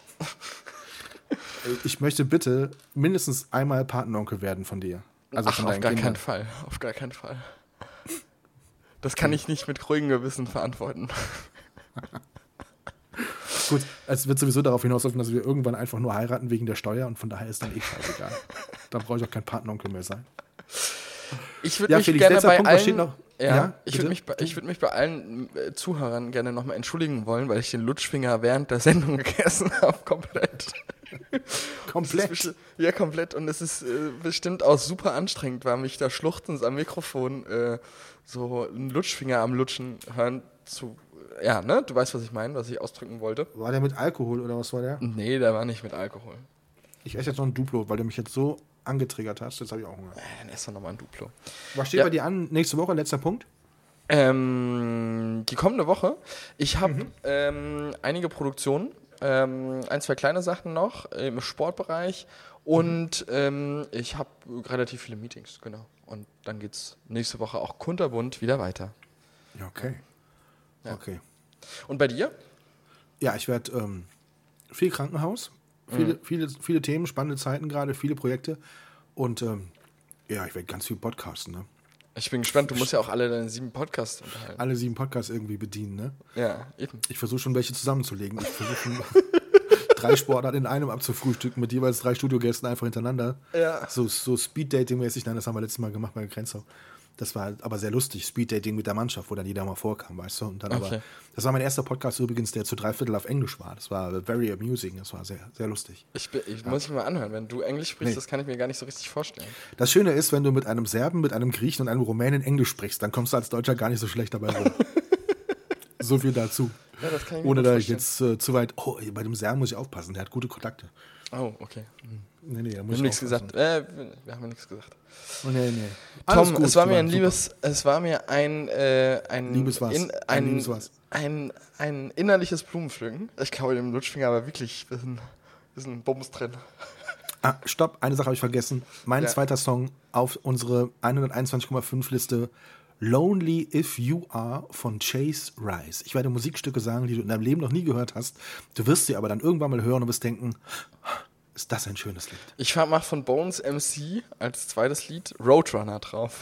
Ich möchte bitte mindestens einmal Patenonkel werden von dir. Also von deinen Kindern. Auf gar keinen Fall. Das kann ich nicht mit ruhigem Gewissen verantworten. Gut, es wird sowieso darauf hinauslaufen, dass wir irgendwann einfach nur heiraten wegen der Steuer und von daher ist dann scheißegal. Da brauche ich auch kein Patenonkel mehr sein. Ich würde mich gerne bei allen, ich würde mich bei allen Zuhörern gerne nochmal entschuldigen wollen, weil ich den Lutschfinger während der Sendung gegessen habe, komplett. Komplett? Ja, komplett. Und es ist bestimmt auch super anstrengend, war mich da schluchzend am Mikrofon so einen Lutschfinger am Lutschen hören zu. Ja, ne? Du weißt, was ich meine, was ich ausdrücken wollte. War der mit Alkohol oder was war der? Nee, der war nicht mit Alkohol. Ich esse jetzt noch ein Duplo, weil du mich jetzt so angetriggert hast. Jetzt habe ich auch Hunger. Dann ess doch nochmal ein Duplo. Was steht bei dir an nächste Woche? Letzter Punkt? Die kommende Woche. Ich habe einige Produktionen. 1, 2 kleine Sachen noch im Sportbereich. Und ich habe relativ viele Meetings, genau. Und dann geht es nächste Woche auch kunterbunt wieder weiter. Ja, okay. Ja. Okay. Und bei dir? Ja, ich werde viel Krankenhaus, viele Themen, spannende Zeiten gerade, viele Projekte und ich werde ganz viel podcasten. Ne? Ich bin gespannt, du musst ja auch alle deine 7 Podcasts unterhalten. Alle 7 Podcasts irgendwie bedienen, ne? Ja, eben. Ich versuche schon welche zusammenzulegen. Ich versuche schon 3 Sportarten in einem abzufrühstücken mit jeweils 3 Studiogästen einfach hintereinander. Ja. So Speed-Dating-mäßig, nein, das haben wir letztes Mal gemacht bei Grenzau. Das war aber sehr lustig, Speed-Dating mit der Mannschaft, wo dann jeder mal vorkam, weißt du. Und dann das war mein erster Podcast übrigens, der zu 3/4 auf Englisch war. Das war very amusing, das war sehr, sehr lustig. Ich muss mich mal anhören, wenn du Englisch sprichst, das kann ich mir gar nicht so richtig vorstellen. Das Schöne ist, wenn du mit einem Serben, mit einem Griechen und einem Rumänen Englisch sprichst, dann kommst du als Deutscher gar nicht so schlecht dabei rum. So viel dazu. Ja, das kann ich mir ohne dass ich jetzt zu weit, bei dem Serben muss ich aufpassen, der hat gute Kontakte. Oh, okay. Nee, wir haben nichts gesagt. Wir haben nichts gesagt. Nee. Tom, gut, es war mir ein innerliches Blumenpflücken. Ich glaube, dem Lutschfinger aber wirklich ein bisschen Bums drin. Stopp, eine Sache habe ich vergessen. Mein zweiter Song auf unsere 121,5 Liste, Lonely If You Are von Chase Rice. Ich werde Musikstücke sagen, die du in deinem Leben noch nie gehört hast. Du wirst sie aber dann irgendwann mal hören und wirst denken, ist das ein schönes Lied. Ich mache von Bones MC als zweites Lied Roadrunner drauf.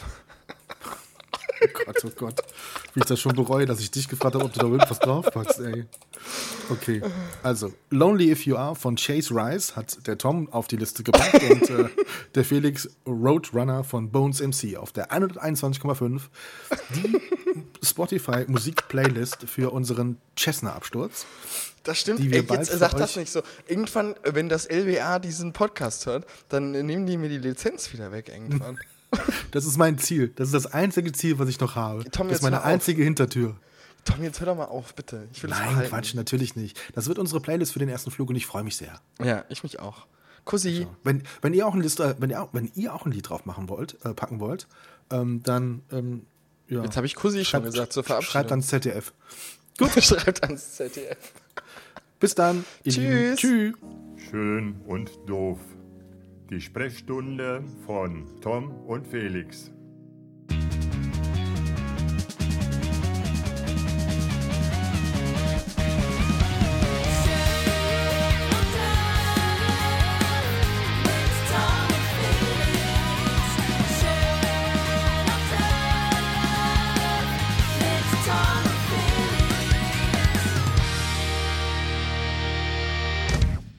Oh Gott. Wie ich das schon bereue, dass ich dich gefragt habe, ob du da irgendwas draufpackst, ey. Okay, also Lonely If You Are von Chase Rice hat der Tom auf die Liste gepackt und der Felix Roadrunner von Bones MC auf der 121,5 die Spotify-Musik-Playlist für unseren Cessna-Absturz. Das stimmt, jetzt sag das nicht so. Irgendwann, wenn das LWA diesen Podcast hört, dann nehmen die mir die Lizenz wieder weg irgendwann. Das ist mein Ziel. Das ist das einzige Ziel, was ich noch habe. Tom, das ist meine einzige Hintertür. Tom, jetzt hör doch mal auf, bitte. Ich will Nein, Quatsch, natürlich nicht. Das wird unsere Playlist für den ersten Flug und ich freue mich sehr. Ja, ich mich auch. Kussi. Also, wenn ihr auch ein Lied drauf machen wollt, packen wollt, dann ja. Jetzt habe ich Kussi schon gesagt zur Verabschiedung. Schreibt ans ZDF. Gut, schreibt ans ZDF. Bis dann. Tschüss. Tschüss. Schön und doof. Die Sprechstunde von Tom und Felix.